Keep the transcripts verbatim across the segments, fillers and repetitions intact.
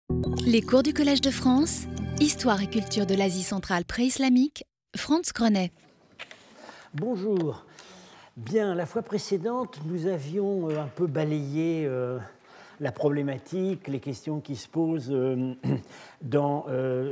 Les cours du Collège de France, Histoire et culture de l'Asie centrale pré-islamique, Franz Grenet. Bonjour. Bien, la fois précédente, nous avions un peu balayé euh, la problématique, les questions qui se posent euh, dans euh,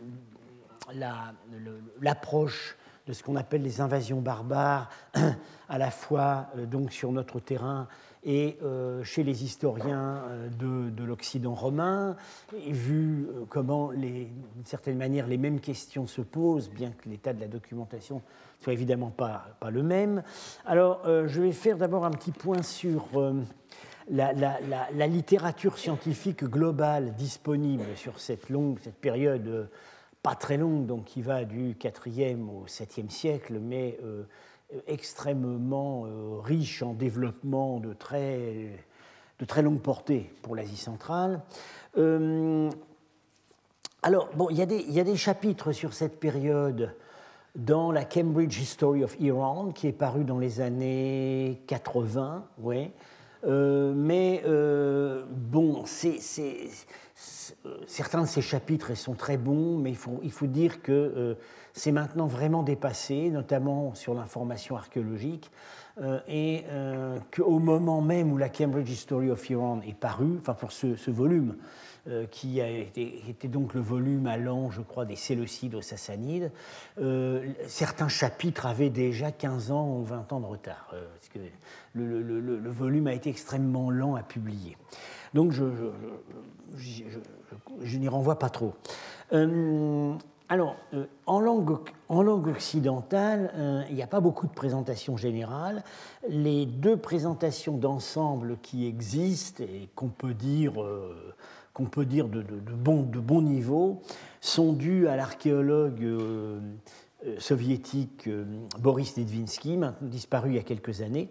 la, le, l'approche de ce qu'on appelle les invasions barbares, à la fois euh, donc sur notre terrain et euh, chez les historiens de, de l'Occident romain, et vu euh, comment, les, d'une certaine manière, les mêmes questions se posent, bien que l'état de la documentation soit évidemment pas, pas le même. Alors, euh, je vais faire d'abord un petit point sur euh, la, la, la, la littérature scientifique globale disponible sur cette longue, cette période euh, pas très longue, donc qui va du quatrième au septième siècle, mais euh, extrêmement euh, riche en développement de très, de très longue portée pour l'Asie centrale. Euh, alors, bon, il y a des, il y a des chapitres sur cette période dans la Cambridge History of Iran, qui est paru dans les années quatre-vingts, ouais. Euh, mais euh, bon, c'est, c'est, c'est, certains de ces chapitres sont très bons, mais il faut, il faut dire que euh, c'est maintenant vraiment dépassé, notamment sur l'information archéologique, euh, et euh, qu'au moment même où la Cambridge History of Iran est parue, enfin pour ce, ce volume, euh, qui a été, était donc le volume allant, je crois, des Séleucides aux Sassanides, euh, certains chapitres avaient déjà quinze ans ou vingt ans de retard, euh, parce que le, le, le, le volume a été extrêmement lent à publier. Donc je, je, je, je, je n'y renvoie pas trop. Euh, alors, euh, en, langue, en langue occidentale, euh, il n'y a pas beaucoup de présentations générales. Les deux présentations d'ensemble qui existent et qu'on peut dire, euh, qu'on peut dire de, de, de, bon, de bon niveau sont dues à l'archéologue euh, euh, soviétique euh, Boris Nedvinsky, maintenant disparu il y a quelques années.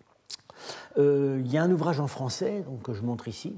Euh, il y a un ouvrage en français donc, que je montre ici,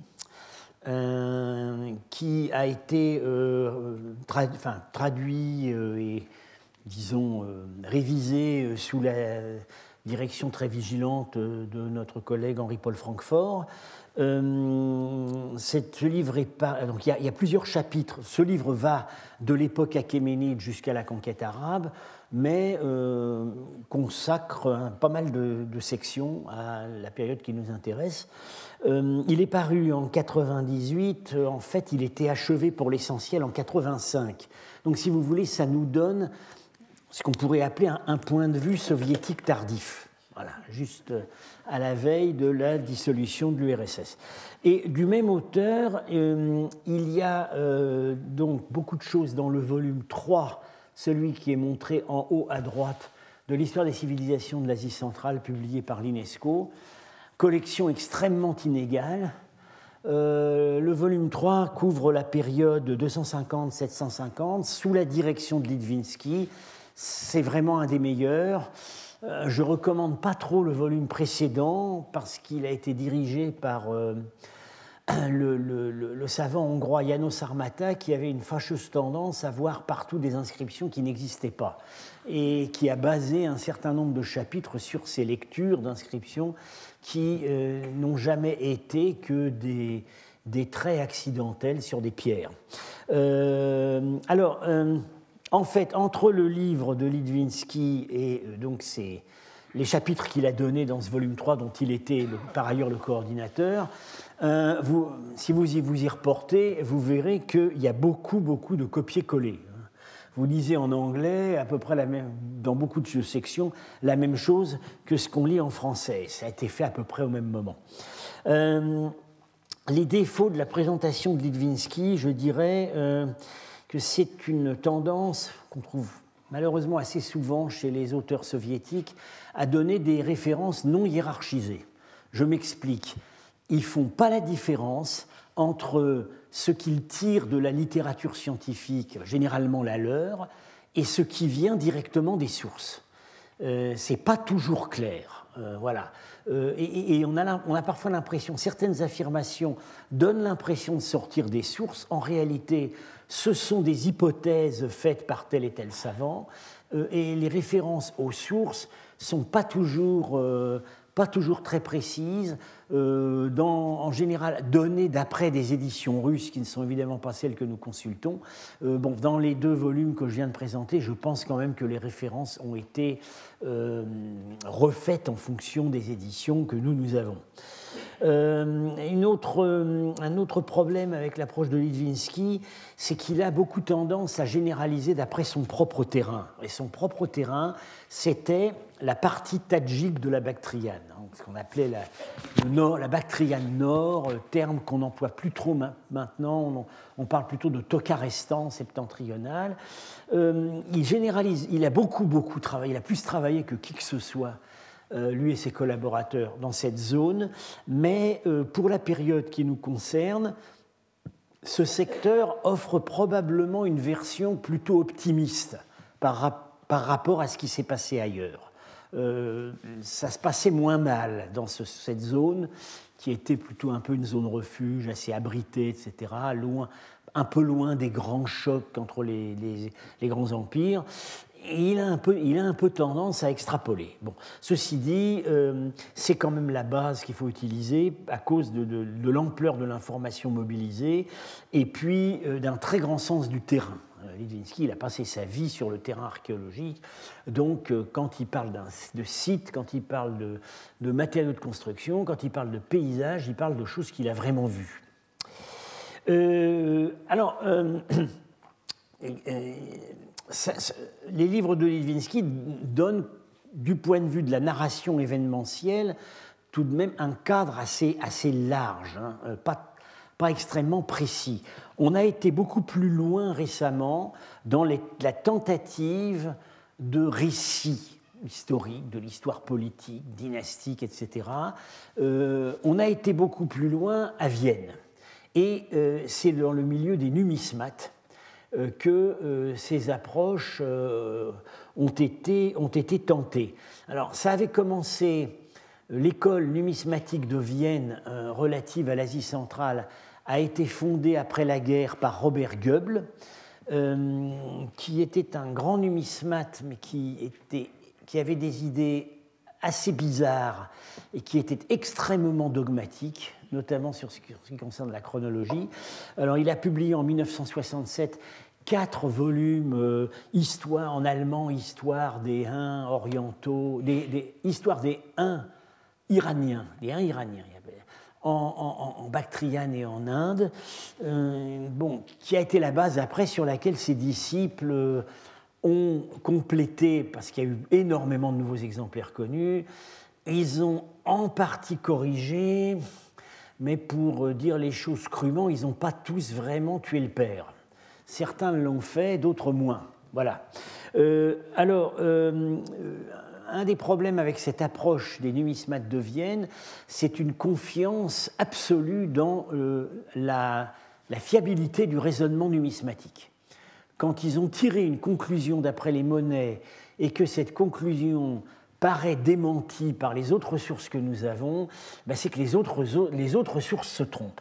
euh, qui a été euh, trad- enfin, traduit euh, et, disons, euh, révisé sous la direction très vigilante de notre collègue Henri-Paul Francfort. Euh, ce livre est pas, donc il y, a, il y a plusieurs chapitres. Ce livre va de l'époque achéménide jusqu'à la conquête arabe, mais euh, consacre un, pas mal de, de sections à la période qui nous intéresse. Euh, il est paru en quatre-vingt-dix-huit, en fait il était achevé pour l'essentiel en quatre-vingt-cinq. Donc si vous voulez, ça nous donne ce qu'on pourrait appeler un, un point de vue soviétique tardif. Voilà, juste à la veille de la dissolution de l'U R S S. Et du même auteur, euh, il y a euh, donc beaucoup de choses dans le volume trois, celui qui est montré en haut à droite, de l'histoire des civilisations de l'Asie centrale, publié par l'UNESCO, collection extrêmement inégale. Euh, le volume trois couvre la période deux cent cinquante à sept cent cinquante, sous la direction de Litvinsky. C'est vraiment un des meilleurs. Euh, je ne recommande pas trop le volume précédent parce qu'il a été dirigé par euh, le, le, le, le savant hongrois János Sarmata, qui avait une fâcheuse tendance à voir partout des inscriptions qui n'existaient pas et qui a basé un certain nombre de chapitres sur ces lectures d'inscriptions qui euh, n'ont jamais été que des, des traits accidentels sur des pierres. Euh, alors... Euh, En fait, entre le livre de Litvinsky et euh, donc c'est les chapitres qu'il a donnés dans ce volume trois, dont il était le, par ailleurs le coordinateur, euh, vous, si vous y, vous y reportez, vous verrez qu'il y a beaucoup, beaucoup de copier-coller. Vous lisez en anglais, à peu près la même, dans beaucoup de sections, la même chose que ce qu'on lit en français. Ça a été fait à peu près au même moment. Euh, les défauts de la présentation de Litvinsky, je dirais... Euh, que c'est une tendance qu'on trouve malheureusement assez souvent chez les auteurs soviétiques à donner des références non hiérarchisées. Je m'explique. Ils ne font pas la différence entre ce qu'ils tirent de la littérature scientifique, généralement la leur, et ce qui vient directement des sources. Euh, ce n'est pas toujours clair. Euh, voilà. Euh, et et on, a, on a parfois l'impression, certaines affirmations donnent l'impression de sortir des sources. En réalité, ce sont des hypothèses faites par tel et tel savant, euh, et les références aux sources ne sont pas toujours euh, pas toujours très précises, euh, dans, en général données d'après des éditions russes, qui ne sont évidemment pas celles que nous consultons. Euh, bon, dans les deux volumes que je viens de présenter, je pense quand même que les références ont été euh, refaites en fonction des éditions que nous, nous avons. Euh, une autre, euh, un autre problème avec l'approche de Litvínský, c'est qu'il a beaucoup tendance à généraliser d'après son propre terrain. Et son propre terrain, c'était la partie tadjik de la Bactriane, hein, ce qu'on appelait la, le nord, la Bactriane nord, terme qu'on n'emploie plus trop ma- maintenant, on, on parle plutôt de Tokarestan septentrional. Euh, il généralise, il a beaucoup, beaucoup travaillé, il a plus travaillé que qui que ce soit, Euh, lui et ses collaborateurs, dans cette zone, mais euh, pour la période qui nous concerne, ce secteur offre probablement une version plutôt optimiste par, rap- par rapport à ce qui s'est passé ailleurs. Euh, ça se passait moins mal dans ce, cette zone, qui était plutôt un peu une zone refuge, assez abritée, et cetera, loin, un peu loin des grands chocs entre les, les, les grands empires. Et il a, un peu, il a un peu tendance à extrapoler. Bon, ceci dit, euh, c'est quand même la base qu'il faut utiliser à cause de, de, de l'ampleur de l'information mobilisée et puis euh, d'un très grand sens du terrain. Litvínský, il a passé sa vie sur le terrain archéologique, donc euh, quand il parle de sites, quand il parle de, de matériaux de construction, quand il parle de paysages, il parle de choses qu'il a vraiment vues. Euh, alors, euh, euh, Ça, ça, les livres de Litvínský donnent, du point de vue de la narration événementielle, tout de même un cadre assez, assez large, hein, pas, pas extrêmement précis. On a été beaucoup plus loin récemment dans les, la tentative de récit historique, de l'histoire politique, dynastique, et cetera. Euh, on a été beaucoup plus loin à Vienne. Et euh, c'est dans le milieu des numismates que euh, ces approches euh, ont, été, ont été tentées. Alors, ça avait commencé, l'école numismatique de Vienne euh, relative à l'Asie centrale a été fondée après la guerre par Robert Goebbels, euh, qui était un grand numismate, mais qui, était, qui avait des idées assez bizarres et qui était extrêmement dogmatique, notamment sur ce qui concerne la chronologie. Alors, il a publié en mille neuf cent soixante-sept quatre volumes, euh, histoire en allemand, histoire des Huns orientaux, des, des, histoire des Huns iraniens, des Huns iraniens, en, en, en Bactriane et en Inde, euh, bon, qui a été la base après sur laquelle ses disciples ont complété, parce qu'il y a eu énormément de nouveaux exemplaires connus, ils ont en partie corrigé, mais pour dire les choses crûment, ils n'ont pas tous vraiment tué le père. Certains l'ont fait, d'autres moins. Voilà. Euh, alors, euh, un des problèmes avec cette approche des numismates de Vienne, c'est une confiance absolue dans euh, la, la fiabilité du raisonnement numismatique. Quand ils ont tiré une conclusion d'après les monnaies et que cette conclusion paraît démentie par les autres sources que nous avons, ben c'est que les autres, les autres sources se trompent.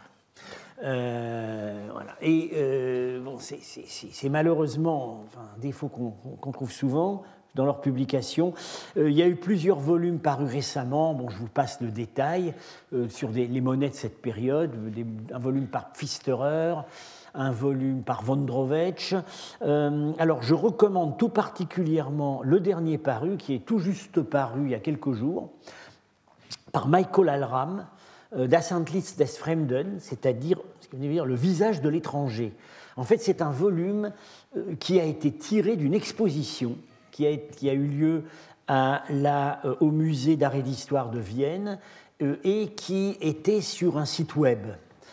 Euh, voilà. Et euh, bon, c'est, c'est, c'est malheureusement enfin, un défaut qu'on, qu'on trouve souvent dans leurs publications. Euh, il y a eu plusieurs volumes parus récemment, bon, je vous passe le détail, euh, sur des, les monnaies de cette période, des, un volume par Pfisterer, un volume par Vondrovec. Euh, alors, je recommande tout particulièrement le dernier paru, qui est tout juste paru il y a quelques jours, par Michael Alram, Das Antlitz des Fremden, c'est-à-dire ce qui veut dire le visage de l'étranger. En fait, c'est un volume qui a été tiré d'une exposition qui a, qui a eu lieu à la, au musée d'art et d'histoire de Vienne et qui était sur un site web.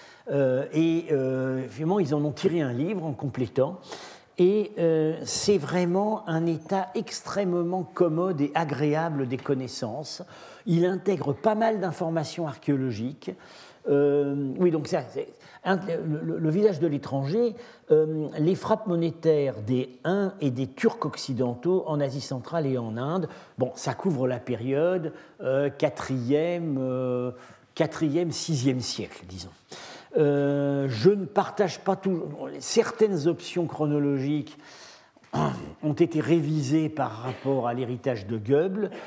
Et euh, finalement, ils en ont tiré un livre en complétant. Et euh, c'est vraiment un état extrêmement commode et agréable des connaissances. Il intègre pas mal d'informations archéologiques. Euh, oui, donc ça, c'est, un, le, le visage de l'étranger, euh, les frappes monétaires des Huns et des Turcs occidentaux en Asie centrale et en Inde. Bon, ça couvre la période euh, quatrième, euh, quatrième, sixième siècle, disons. Euh, je ne partage pas tout. Certaines options chronologiques ont été révisées par rapport à l'héritage de Goebbels.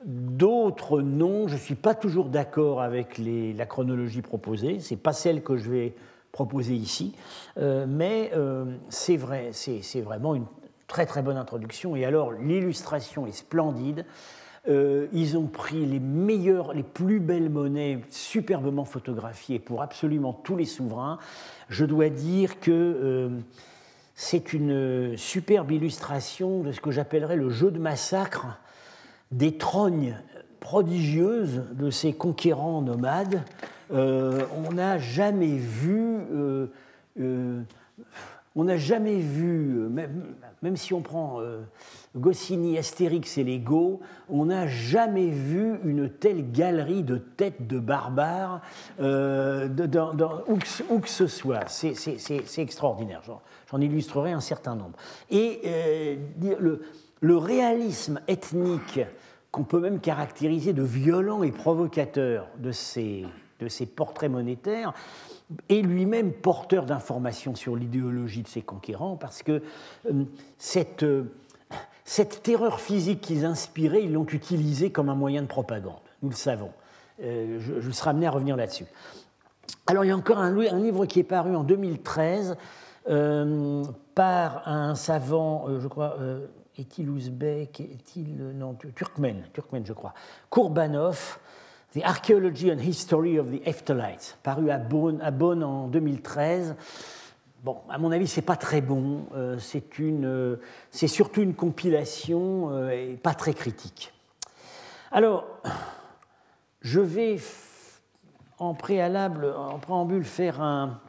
d'autres noms. Je ne suis pas toujours d'accord avec les, la chronologie proposée, ce n'est pas celle que je vais proposer ici, euh, mais euh, c'est vrai, c'est, c'est vraiment une très très bonne introduction. Et alors, l'illustration est splendide. Euh, ils ont pris les meilleures, les plus belles monnaies superbement photographiées pour absolument tous les souverains. Je dois dire que euh, c'est une superbe illustration de ce que j'appellerais le jeu de massacre des trognes prodigieuses de ces conquérants nomades. Euh, on n'a jamais vu... Euh, euh, on n'a jamais vu, même, même si on prend euh, Goscinny, Astérix et les Goths, on n'a jamais vu une telle galerie de têtes de barbares euh, de, dans, dans, où, que, où que ce soit. C'est, c'est, c'est, c'est extraordinaire. J'en, j'en illustrerai un certain nombre. Et euh, le, le réalisme ethnique qu'on peut même caractériser de violent et provocateur de ces, de ces portraits monétaires est lui-même porteur d'informations sur l'idéologie de ses conquérants, parce que euh, cette, euh, cette terreur physique qu'ils inspiraient, ils l'ont utilisée comme un moyen de propagande, nous le savons. Euh, je, je serai amené à revenir là-dessus. Alors il y a encore un, un livre qui est paru en deux mille treize euh, par un savant, euh, je crois, euh, est-il ouzbek, est-il, non, turkmène, turkmène je crois, Kourbanov, The Archaeology and History of the Hephthalites, paru à Bonn, à Bonn en deux mille treize. Bon, à mon avis, c'est pas très bon. Euh, c'est, une, euh, c'est surtout une compilation euh, et pas très critique. Alors, je vais en préalable, en préambule, faire un,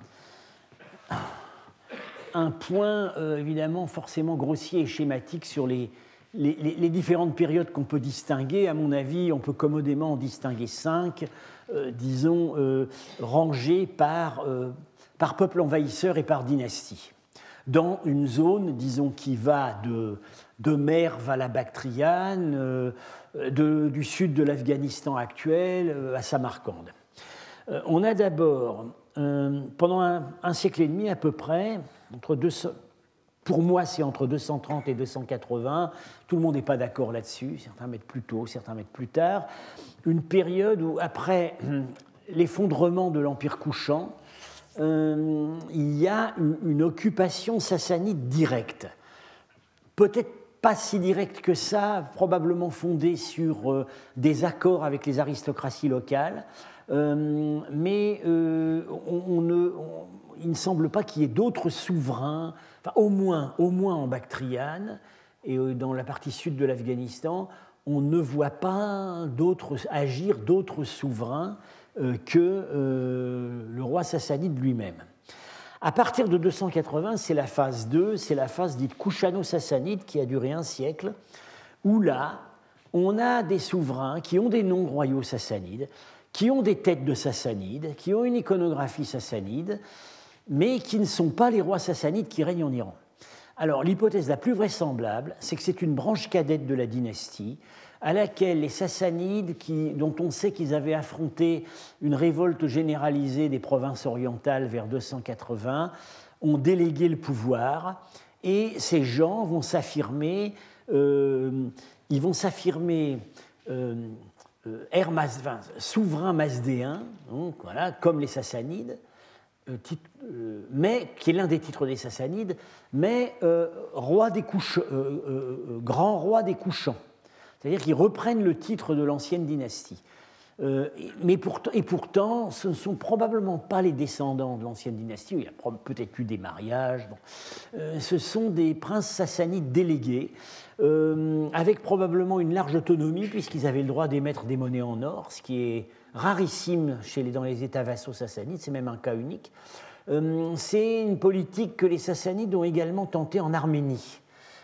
un point euh, évidemment forcément grossier et schématique sur les Les, les, les différentes périodes qu'on peut distinguer. À mon avis, on peut commodément en distinguer cinq, euh, disons, euh, rangées par, euh, par peuple envahisseur et par dynastie, dans une zone, disons, qui va de, de Merv à la Bactriane, euh, de, du sud de l'Afghanistan actuel euh, à Samarcande. Euh, on a d'abord, euh, pendant un, un siècle et demi à peu près, entre deux... Pour moi, c'est entre deux cent trente et deux cent quatre-vingts. Tout le monde n'est pas d'accord là-dessus. Certains mettent plus tôt, certains mettent plus tard. Une période où, après l'effondrement de l'Empire couchant, euh, il y a une, une occupation sassanide directe. Peut-être pas si directe que ça, probablement fondée sur euh, des accords avec les aristocraties locales. Euh, mais euh, on, on ne, on, il ne semble pas qu'il y ait d'autres souverains, enfin, au moins, au moins en Bactriane et dans la partie sud de l'Afghanistan, on ne voit pas d'autres, agir d'autres souverains euh, que euh, le roi sassanide lui-même. À partir de deux cent quatre-vingts, c'est la phase deux, c'est la phase dite kushano-sassanide qui a duré un siècle, où là, on a des souverains qui ont des noms royaux sassanides, qui ont des têtes de sassanides, qui ont une iconographie sassanide, mais qui ne sont pas les rois sassanides qui règnent en Iran. Alors, l'hypothèse la plus vraisemblable, c'est que c'est une branche cadette de la dynastie, à laquelle les Sassanides, qui, dont on sait qu'ils avaient affronté une révolte généralisée des provinces orientales vers deux cent quatre-vingts, ont délégué le pouvoir, et ces gens vont s'affirmer, euh, ils vont s'affirmer euh, euh, enfin, souverains mazdéens, donc, voilà, comme les Sassanides, euh, titre, euh, mais qui est l'un des titres des Sassanides, mais euh, roi des couch- euh, euh, grand roi des couchants. C'est-à-dire qu'ils reprennent le titre de l'ancienne dynastie. Euh, mais pour, et pourtant, ce ne sont probablement pas les descendants de l'ancienne dynastie, il y a peut-être eu des mariages. Bon. Euh, ce sont des princes sassanides délégués, euh, avec probablement une large autonomie, puisqu'ils avaient le droit d'émettre des monnaies en or, ce qui est rarissime chez les, dans les États vassaux sassanides, c'est même un cas unique. Euh, c'est une politique que les Sassanides ont également tentée en Arménie.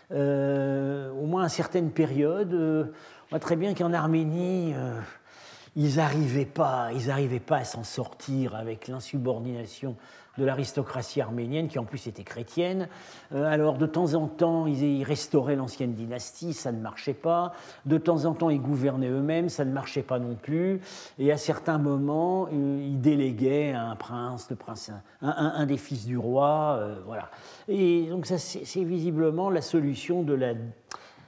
Euh, au moins à certaines périodes. Euh, on voit très bien qu'en Arménie, euh, ils n'arrivaient pas, ils n'arrivaient pas à s'en sortir avec l'insubordination de l'aristocratie arménienne, qui en plus était chrétienne. Euh, alors de temps en temps, ils, ils restauraient l'ancienne dynastie, ça ne marchait pas. De temps en temps, ils gouvernaient eux-mêmes, ça ne marchait pas non plus. Et à certains moments, euh, ils déléguaient à un prince, le prince un, un, un des fils du roi, euh, voilà. Et donc ça, c'est, c'est visiblement la solution de la,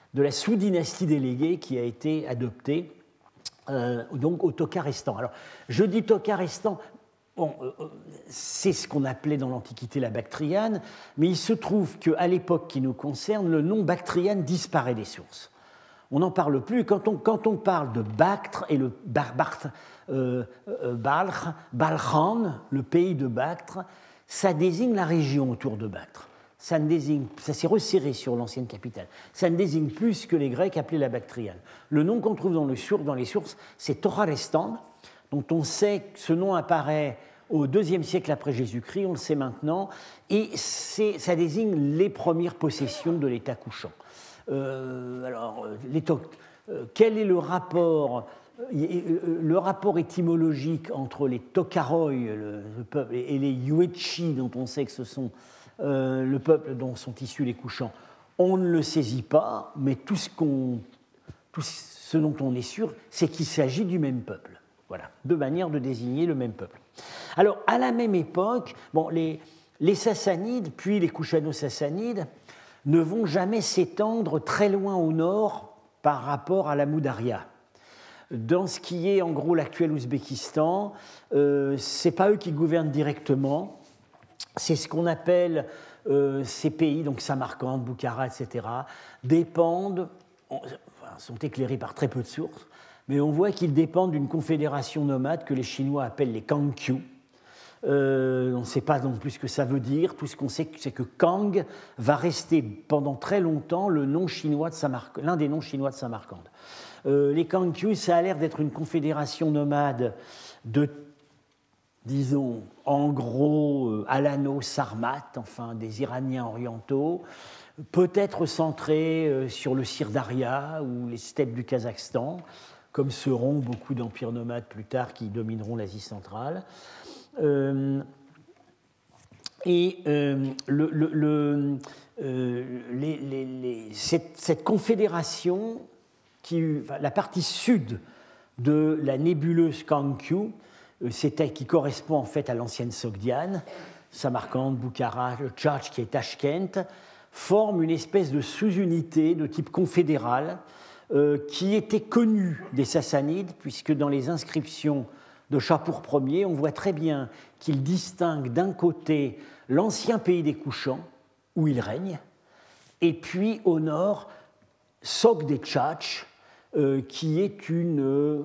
de la sous-dynastie déléguée qui a été adoptée euh, donc au Tokarestan. Alors, je dis Tokarestan, bon, euh, c'est ce qu'on appelait dans l'Antiquité la Bactriane, mais il se trouve qu'à l'époque qui nous concerne, le nom Bactriane disparaît des sources. On n'en parle plus. Quand on, quand on parle de Bactre et le Barbart, euh, euh, Balkh, Balkhan, le pays de Bactre, ça désigne la région autour de Bactre. Ça, ne désigne, ça s'est resserré sur l'ancienne capitale. Ça ne désigne plus ce que les Grecs appelaient la Bactriane. Le nom qu'on trouve dans, le, dans les sources, c'est Tocharestan, dont on sait que ce nom apparaît au deuxième siècle après Jésus-Christ, on le sait maintenant, et ça désigne les premières possessions de l'État couchant. Euh, alors, les to- euh, quel est le rapport, euh, le rapport étymologique entre les Tokaroi, le, le peuple, et les Yuechi, dont on sait que ce sont euh, le peuple dont sont issus les couchants? On ne le saisit pas, mais tout ce, qu'on, tout ce dont on est sûr, c'est qu'il s'agit du même peuple. Voilà, deux manières de désigner le même peuple. Alors, à la même époque, bon, les, les Sassanides, puis les Kushano-Sassanides, ne vont jamais s'étendre très loin au nord par rapport à la Moudaria. Dans ce qui est en gros l'actuel Ouzbékistan, euh, ce n'est pas eux qui gouvernent directement, c'est ce qu'on appelle euh, ces pays, donc Samarcande, Boukhara, et cetera, dépendent, enfin, sont éclairés par très peu de sources, mais on voit qu'ils dépendent d'une confédération nomade que les Chinois appellent les Kangqiu. Euh, on ne sait pas non plus ce que ça veut dire. Tout ce qu'on sait, c'est que Kang va rester pendant très longtemps le nom chinois de Samarcande, l'un des noms chinois de Samarcande. Euh, les Kangqiu, ça a l'air d'être une confédération nomade de, disons, en gros, euh, alano-sarmates, enfin des Iraniens orientaux, peut-être centrés euh, sur le Sirdaria ou les steppes du Kazakhstan, comme seront beaucoup d'empires nomades plus tard qui domineront l'Asie centrale. Euh, et euh, le, le, le, euh, les, les, les, cette, cette confédération, qui, enfin, la partie sud de la nébuleuse Kangqiu, c'était, qui correspond en fait à l'ancienne Sogdiane, Samarcande, Boukhara, le Tchatch qui est Tashkent, forme une espèce de sous-unité de type confédéral euh, qui était connue des Sassanides, puisque dans les inscriptions de Shapur Ier, on voit très bien qu'il distingue d'un côté l'ancien pays des Couchants, où il règne, et puis au nord, Sogde-Tchatch, euh, qui est une,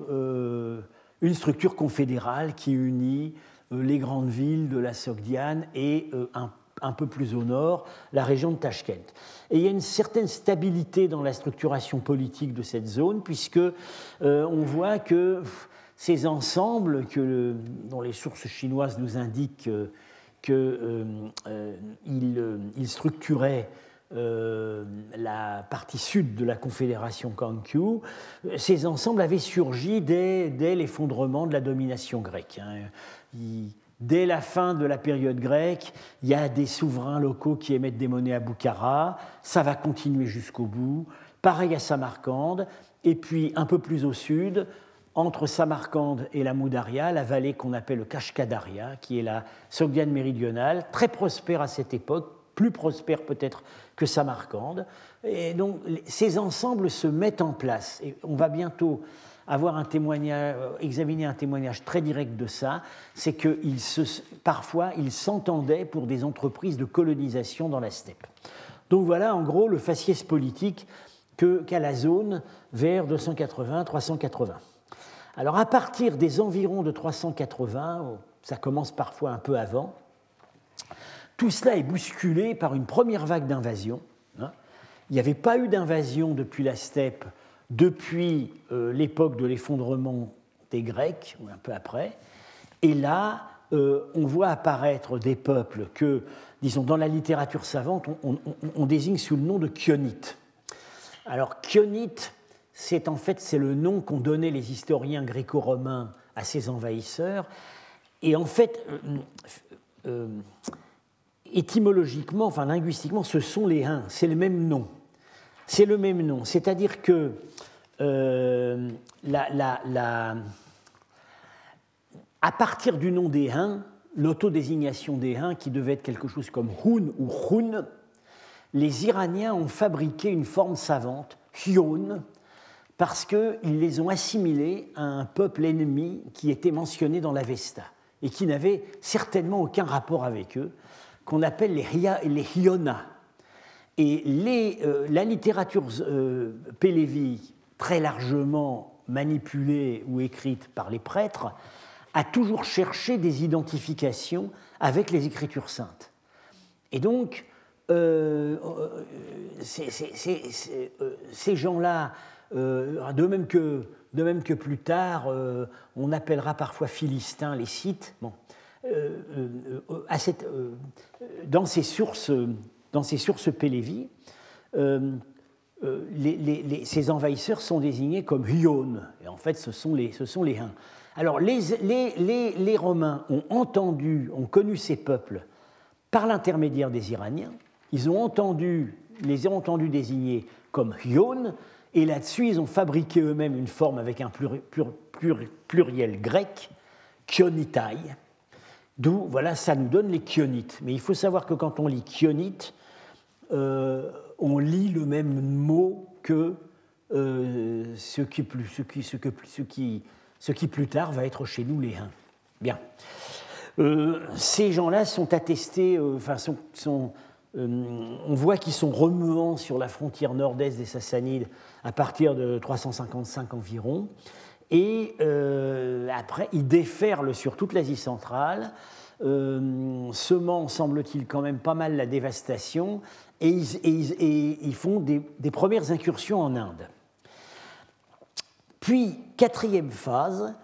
euh, une structure confédérale qui unit euh, les grandes villes de la Sogdiane et euh, un, un peu plus au nord, la région de Tashkent. Et il y a une certaine stabilité dans la structuration politique de cette zone, puisque euh, on voit que pff, ces ensembles, que le, dont les sources chinoises nous indiquent euh, qu'ils euh, euh, euh, structuraient euh, la partie sud de la confédération Kangqiu, ces ensembles avaient surgi dès, dès l'effondrement de la domination grecque. Hein. Il, dès la fin de la période grecque, il y a des souverains locaux qui émettent des monnaies à Boukhara, ça va continuer jusqu'au bout, pareil à Samarcande, et puis un peu plus au sud, entre Samarcande et la Moudaria, la vallée qu'on appelle le Kashkadaria, qui est la Sogdiane méridionale, très prospère à cette époque, plus prospère peut-être que Samarcande. Et donc, ces ensembles se mettent en place. Et on va bientôt avoir un témoignage, examiner un témoignage très direct de ça, c'est que ils se, parfois, ils s'entendaient pour des entreprises de colonisation dans la steppe. Donc voilà, en gros, le faciès politique que, qu'a la zone vers deux cent quatre-vingts à trois cent quatre-vingts. Alors, à partir des environs de trois cent quatre-vingts, ça commence parfois un peu avant, tout cela est bousculé par une première vague d'invasion. Il n'y avait pas eu d'invasion depuis la steppe, depuis euh, l'époque de l'effondrement des Grecs, ou un peu après. Et là, euh, on voit apparaître des peuples que, disons, dans la littérature savante, on, on, on désigne sous le nom de Chionites. Alors, Chionites, c'est en fait c'est le nom qu'ont donné les historiens gréco-romains à ces envahisseurs. Et en fait, euh, euh, étymologiquement, enfin linguistiquement, ce sont les Huns, c'est le même nom. C'est le même nom, c'est-à-dire que euh, la, la, la, à partir du nom des Huns, l'autodésignation des Huns, qui devait être quelque chose comme Hun ou Hun, les Iraniens ont fabriqué une forme savante Hyōn, parce qu'ils les ont assimilés à un peuple ennemi qui était mentionné dans l'Avesta et qui n'avait certainement aucun rapport avec eux, qu'on appelle les, les Hyōna. Et les, euh, la littérature euh, Pélévi, très largement manipulée ou écrite par les prêtres, a toujours cherché des identifications avec les Écritures saintes. Et donc, euh, c'est, c'est, c'est, c'est, euh, ces gens-là, euh, de, même que, de même que plus tard, euh, on appellera parfois philistins les Scythes, bon, euh, euh, à cette, euh, dans ces sources, dans ces sources Pélévi, euh, euh, les, les, les, ces envahisseurs sont désignés comme Hyōn, et en fait, ce sont les, ce sont les Huns. Alors, les, les, les, les Romains ont entendu, ont connu ces peuples par l'intermédiaire des Iraniens. Ils ont entendu, les ont entendus désigner comme Hyōn, et là-dessus, ils ont fabriqué eux-mêmes une forme avec un pluri, plur, plur, pluriel grec, Kionitai, d'où, voilà, ça nous donne les Kionites. Mais il faut savoir que quand on lit Kionite, euh, on lit le même mot que euh, ce, qui, ce, qui, ce, que, ce, qui, ce qui plus tard va être chez nous les Huns. Bien. Euh, ces gens-là sont attestés, euh, enfin, sont, sont, euh, on voit qu'ils sont remuants sur la frontière nord-est des Sassanides à partir de trois cent cinquante-cinq environ, et euh, après, ils déferlent sur toute l'Asie centrale, euh, semant, semble-t-il, quand même pas mal la dévastation, et ils, et ils, et ils font des, des premières incursions en Inde. Puis, quatrième phase,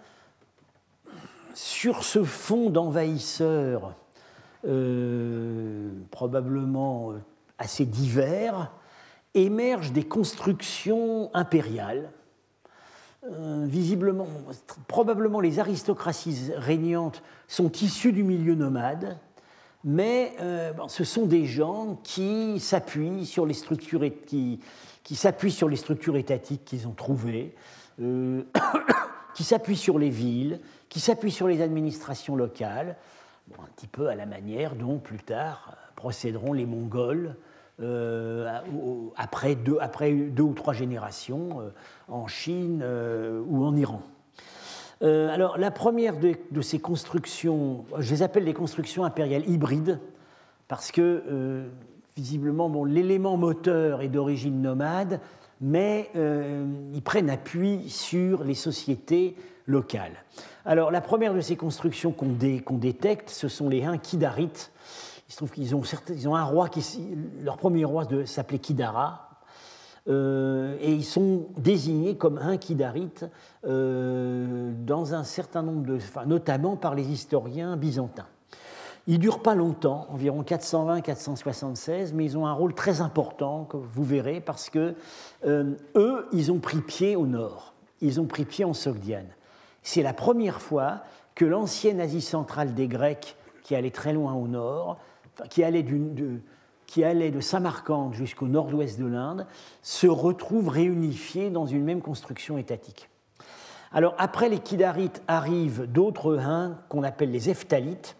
sur ce fond d'envahisseurs euh, probablement assez divers, émergent des constructions impériales. Euh, visiblement, probablement les aristocraties régnantes sont issues du milieu nomade, mais euh, bon, ce sont des gens qui s'appuient sur les structures, qui, qui s'appuient sur les structures étatiques qu'ils ont trouvées, euh, qui s'appuient sur les villes, qui s'appuient sur les administrations locales, bon, un petit peu à la manière dont plus tard procéderont les Mongols euh, après, deux, après deux ou trois générations euh, en Chine euh, ou en Iran. Euh, alors la première de, de ces constructions, je les appelle les constructions impériales hybrides, parce que euh, visiblement bon, l'élément moteur est d'origine nomade, mais euh, ils prennent appui sur les sociétés locales. Alors, la première de ces constructions qu'on, dé, qu'on détecte, ce sont les Huns Kidarites. Il se trouve qu'ils ont, ils ont un roi, qui, leur premier roi de, s'appelait Kidara, euh, et ils sont désignés comme Huns Kidarites euh, dans un certain nombre de, enfin, notamment par les historiens byzantins. Ils ne durent pas longtemps, environ quatre cent vingt à quatre cent soixante-seize, mais ils ont un rôle très important, que vous verrez, parce que euh, eux, ils ont pris pied au nord. Ils ont pris pied en Sogdiane. C'est la première fois que l'ancienne Asie centrale des Grecs, qui allait très loin au nord, enfin, qui, allait de, qui allait de Samarcande jusqu'au nord-ouest de l'Inde, se retrouve réunifiée dans une même construction étatique. Alors, après les Kidarites arrivent d'autres Huns qu'on appelle les Hephthalites,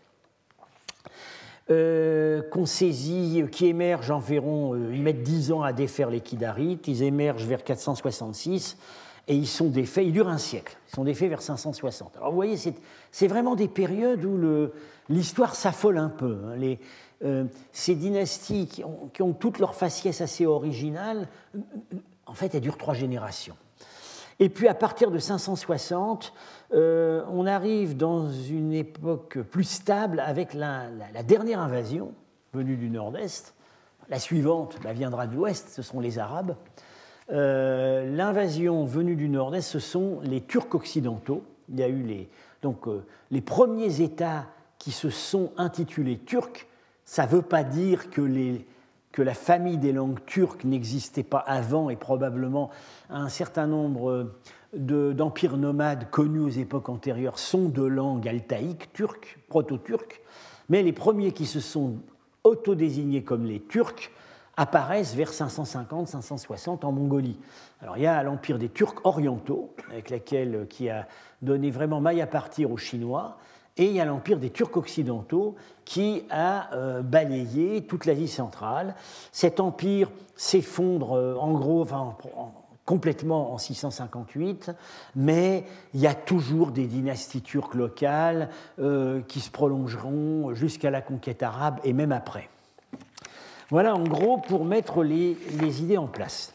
Euh, qu'on saisit, qui émergent environ, euh, ils mettent dix ans à défaire les Kidarites, ils émergent vers quatre cent soixante-six et ils sont défaits, ils durent un siècle, ils sont défaits vers cinq cent soixante. Alors vous voyez, c'est, c'est vraiment des périodes où le, l'histoire s'affole un peu. Hein. Les, euh, ces dynasties qui ont, qui ont toute leur faciès assez originale, en fait, elles durent trois générations. Et puis à partir de cinq cent soixante, euh, on arrive dans une époque plus stable avec la, la, la dernière invasion venue du nord-est. La suivante bah, viendra de l'ouest, ce sont les Arabes. Euh, l'invasion venue du nord-est, ce sont les Turcs occidentaux. Il y a eu les, donc, euh, les premiers États qui se sont intitulés turcs. Ça ne veut pas dire que les... que la famille des langues turques n'existait pas avant et probablement un certain nombre de, d'empires nomades connus aux époques antérieures sont de langue altaïque, turque, proto-turque, mais les premiers qui se sont autodésignés comme les Turcs apparaissent vers cinq cent cinquante à cinq cent soixante en Mongolie. Alors il y a l'empire des Turcs orientaux, avec laquelle, qui a donné vraiment maille à partir aux Chinois, et il y a l'empire des Turcs occidentaux qui a euh, balayé toute l'Asie centrale. Cet empire s'effondre euh, en gros, enfin, en, complètement en six cent cinquante-huit, mais il y a toujours des dynasties turques locales euh, qui se prolongeront jusqu'à la conquête arabe et même après. Voilà en gros pour mettre les, les idées en place.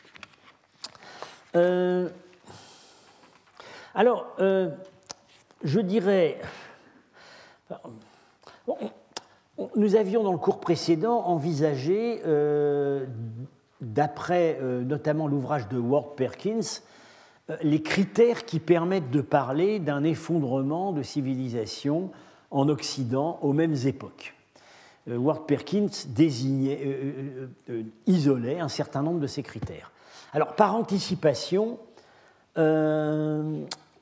Euh, alors, euh, je dirais... Bon, nous avions dans le cours précédent envisagé, euh, d'après euh, notamment l'ouvrage de Ward Perkins, euh, les critères qui permettent de parler d'un effondrement de civilisation en Occident aux mêmes époques. Euh, Ward Perkins désignait, euh, euh, euh, isolait un certain nombre de ces critères. Alors, par anticipation, euh,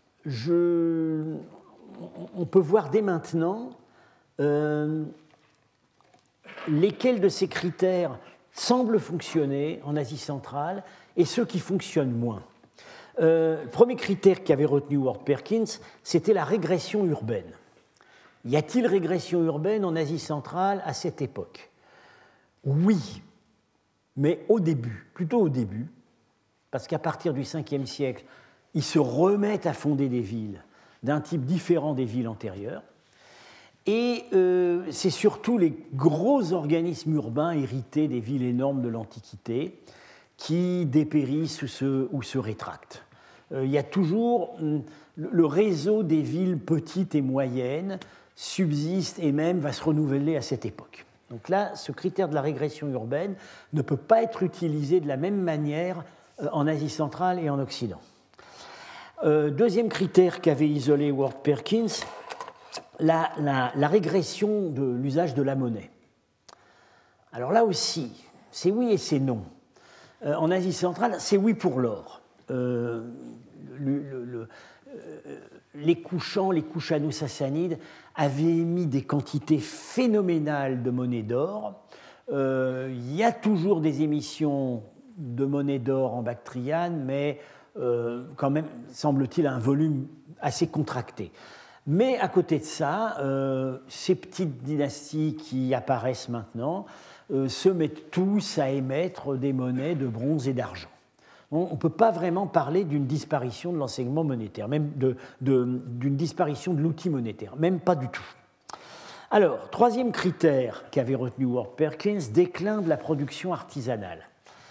je, on peut voir dès maintenant euh, lesquels de ces critères semblent fonctionner en Asie centrale et ceux qui fonctionnent moins. Euh, le premier critère qu'avait retenu Ward Perkins, c'était la régression urbaine. Y a-t-il régression urbaine en Asie centrale à cette époque? Oui, mais au début, plutôt au début, parce qu'à partir du cinquième siècle, ils se remettent à fonder des villes d'un type différent des villes antérieures. Et euh, c'est surtout les gros organismes urbains hérités des villes énormes de l'Antiquité qui dépérissent ou se, ou se rétractent. Euh, il y a toujours le réseau des villes petites et moyennes subsiste et même va se renouveler à cette époque. Donc là, ce critère de la régression urbaine ne peut pas être utilisé de la même manière en Asie centrale et en Occident. Euh, deuxième critère qu'avait isolé Ward Perkins, la, la, la régression de l'usage de la monnaie. Alors là aussi, c'est oui et c'est non. Euh, en Asie centrale, c'est oui pour l'or. Euh, le, le, le, euh, les Couchans, les Kouchano-Sassanides avaient émis des quantités phénoménales de monnaie d'or. Euh, il y a toujours des émissions de monnaie d'or en Bactriane, mais euh, quand même, semble-t-il, un volume assez contracté. Mais à côté de ça, euh, ces petites dynasties qui apparaissent maintenant euh, se mettent tous à émettre des monnaies de bronze et d'argent. On ne peut pas vraiment parler d'une disparition de l'enseignement monétaire, même de, de, d'une disparition de l'outil monétaire, même pas du tout. Alors, troisième critère qu'avait retenu Ward Perkins, déclin de la production artisanale.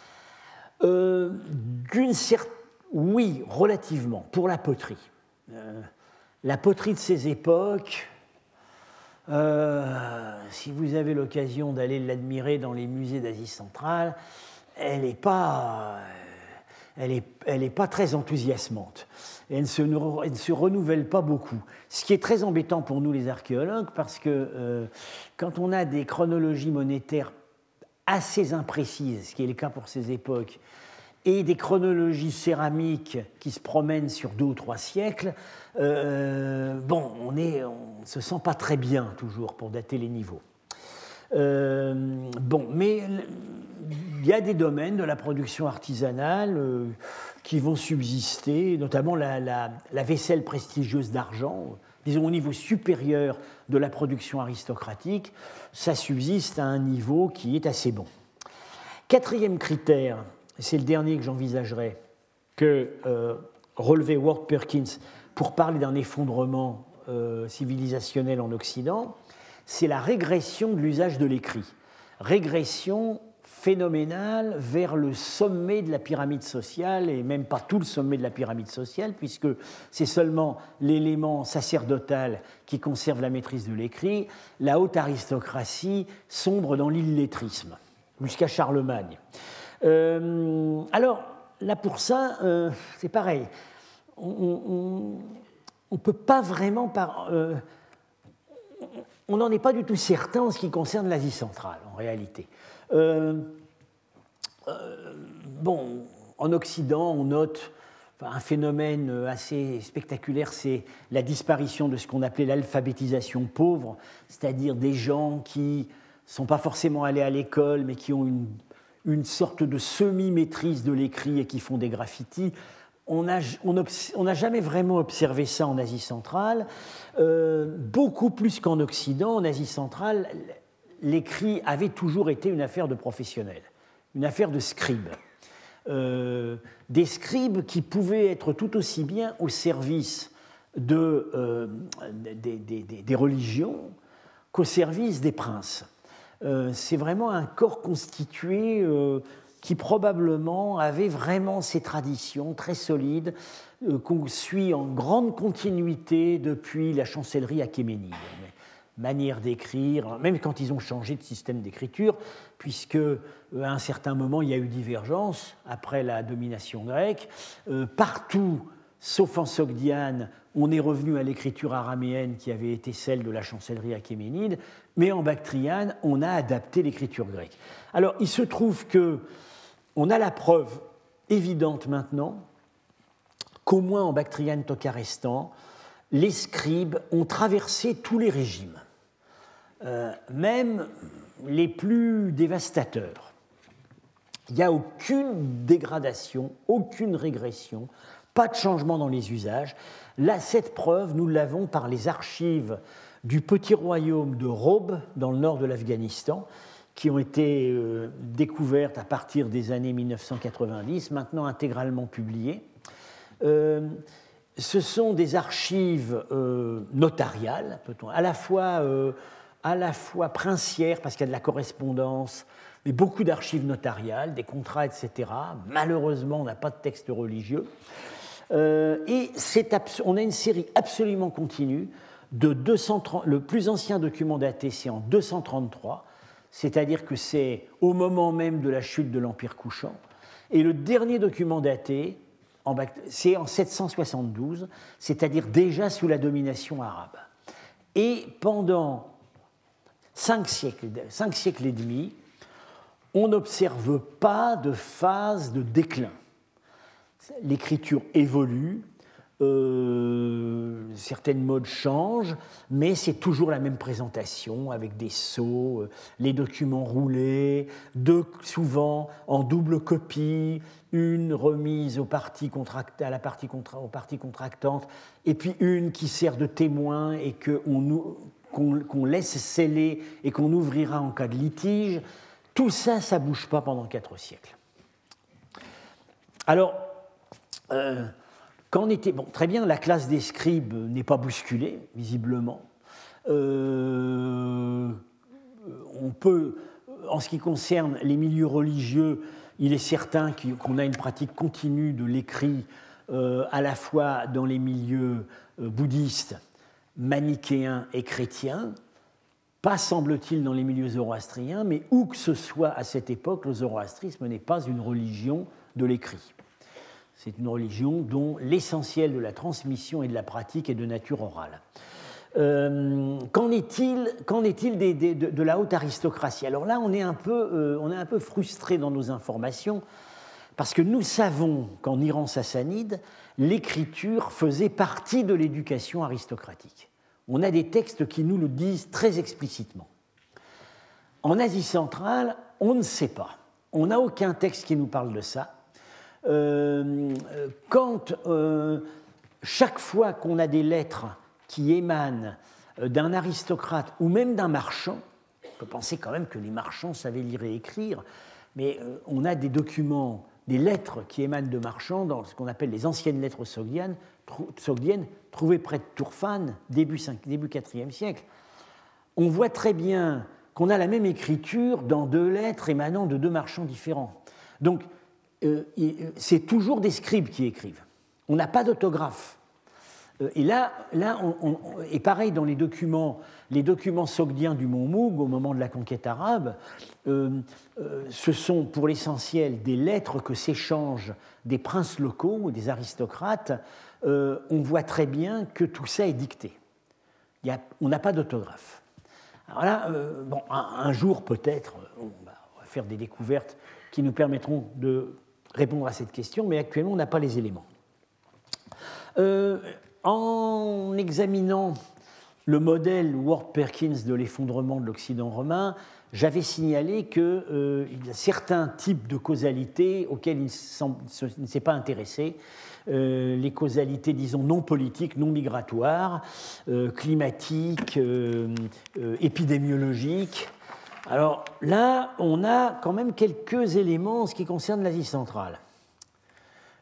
Euh, d'une certaine, oui, relativement, pour la poterie. Euh, la poterie de ces époques, euh, si vous avez l'occasion d'aller l'admirer dans les musées d'Asie centrale, elle n'est pas... elle n'est elle est pas très enthousiasmante. Elle ne, se, elle ne se renouvelle pas beaucoup. Ce qui est très embêtant pour nous les archéologues, parce que euh, quand on a des chronologies monétaires assez imprécises, ce qui est le cas pour ces époques, et des chronologies céramiques qui se promènent sur deux ou trois siècles, euh, bon, on ne on se sent pas très bien toujours pour dater les niveaux. Euh, bon, mais il y a des domaines de la production artisanale euh, qui vont subsister, notamment la, la, la vaisselle prestigieuse d'argent, disons au niveau supérieur de la production aristocratique, ça subsiste à un niveau qui est assez bon. Quatrième critère, c'est le dernier que j'envisagerais, que euh, relevait Ward Perkins pour parler d'un effondrement euh, civilisationnel en Occident, c'est la régression de l'usage de l'écrit. Régression phénoménale vers le sommet de la pyramide sociale, et même pas tout le sommet de la pyramide sociale, puisque c'est seulement l'élément sacerdotal qui conserve la maîtrise de l'écrit. La haute aristocratie sombre dans l'illettrisme, jusqu'à Charlemagne. Euh, alors, là pour ça, euh, c'est pareil. On ne peut pas vraiment... Par, euh, on n'en est pas du tout certain en ce qui concerne l'Asie centrale, en réalité. Euh, euh, bon, en Occident, on note enfin, un phénomène assez spectaculaire, c'est la disparition de ce qu'on appelait l'alphabétisation pauvre, c'est-à-dire des gens qui ne sont pas forcément allés à l'école, mais qui ont une, une sorte de semi-maîtrise de l'écrit et qui font des graffitis. On n'a on jamais vraiment observé ça en Asie centrale. Euh, beaucoup plus qu'en Occident, en Asie centrale, l'écrit avait toujours été une affaire de professionnels, une affaire de scribes. euh, des scribes qui pouvaient être tout aussi bien au service de, euh, des, des, des, des religions qu'au service des princes. Euh, c'est vraiment un corps constitué euh, qui probablement avait vraiment ces traditions très solides euh, qu'on suit en grande continuité depuis la chancellerie achéménide. Manière d'écrire, même quand ils ont changé de système d'écriture, puisque euh, à un certain moment il y a eu divergence après la domination grecque. Euh, partout, sauf en Sogdiane, on est revenu à l'écriture araméenne qui avait été celle de la chancellerie achéménide, mais en Bactriane, on a adapté l'écriture grecque. Alors, il se trouve qu'on a la preuve évidente maintenant qu'au moins en Bactriane Tocarestan, les scribes ont traversé tous les régimes, euh, même les plus dévastateurs. Il n'y a aucune dégradation, aucune régression, pas de changement dans les usages. Là, cette preuve, nous l'avons par les archives du petit royaume de Robe, dans le nord de l'Afghanistan, qui ont été euh, découvertes à partir des années mille neuf cent quatre-vingt-dix, maintenant intégralement publiées. Euh, ce sont des archives euh, notariales, peut-on, à la fois, euh, à la fois princières, parce qu'il y a de la correspondance, mais beaucoup d'archives notariales, des contrats, et cetera. Malheureusement, on n'a pas de texte religieux. Euh, et c'est abs- on a une série absolument continue de deux cent trente, le plus ancien document daté, c'est en deux cent trente-trois, c'est-à-dire que c'est au moment même de la chute de l'Empire couchant, et le dernier document daté, en, c'est en sept cent soixante-douze, c'est-à-dire déjà sous la domination arabe. Et pendant cinq siècles, cinq siècles et demi, on n'observe pas de phase de déclin. L'écriture évolue, euh, certaines modes changent, mais c'est toujours la même présentation avec des sceaux, euh, les documents roulés, deux souvent en double copie, une remise aux parties contract- à la partie contra- aux parties contractantes, et puis une qui sert de témoin et que on, qu'on, qu'on laisse sceller et qu'on ouvrira en cas de litige. Tout ça, ça ne bouge pas pendant quatre siècles. Alors, Euh, qu'en était, bon, très bien, la classe des scribes n'est pas bousculée, visiblement. Euh, on peut, en ce qui concerne les milieux religieux, il est certain qu'on a une pratique continue de l'écrit euh, à la fois dans les milieux euh, bouddhistes, manichéens et chrétiens, pas semble-t-il dans les milieux zoroastriens, mais où que ce soit à cette époque, le zoroastrisme n'est pas une religion de l'écrit. C'est une religion dont l'essentiel de la transmission et de la pratique est de nature orale. Euh, qu'en est-il, qu'en est-il des, des, de, de la haute aristocratie ? Alors là, on est, un peu, euh, on est un peu frustré dans nos informations, parce que nous savons qu'en Iran sassanide, l'écriture faisait partie de l'éducation aristocratique. On a des textes qui nous le disent très explicitement. En Asie centrale, on ne sait pas. On n'a aucun texte qui nous parle de ça. Euh, quand euh, chaque fois qu'on a des lettres qui émanent d'un aristocrate ou même d'un marchand, on peut penser quand même que les marchands savaient lire et écrire, mais euh, on a des documents, des lettres qui émanent de marchands dans ce qu'on appelle les anciennes lettres sogdiennes, trou, sogdiennes trouvées près de Tourfan, début, début quatrième siècle. On voit très bien qu'on a la même écriture dans deux lettres émanant de deux marchands différents. Donc, Euh, c'est toujours des scribes qui écrivent. On n'a pas d'autographe. Euh, et là, là on, on, et pareil dans les documents, les documents sogdiens du Mont Moug au moment de la conquête arabe, euh, euh, ce sont pour l'essentiel des lettres que s'échangent des princes locaux ou des aristocrates. Euh, on voit très bien que tout ça est dicté. Il y a, on n'a pas d'autographe. Alors là, euh, bon, un, un jour peut-être, on va, on va faire des découvertes qui nous permettront de répondre à cette question, mais actuellement, on n'a pas les éléments. Euh, en examinant le modèle Ward-Perkins de l'effondrement de l'Occident romain, j'avais signalé qu'il euh, y a certains types de causalités auxquels il ne s'est pas intéressé, euh, les causalités, disons, non politiques, non migratoires, euh, climatiques, euh, euh, épidémiologiques. Alors là, on a quand même quelques éléments en ce qui concerne l'Asie centrale.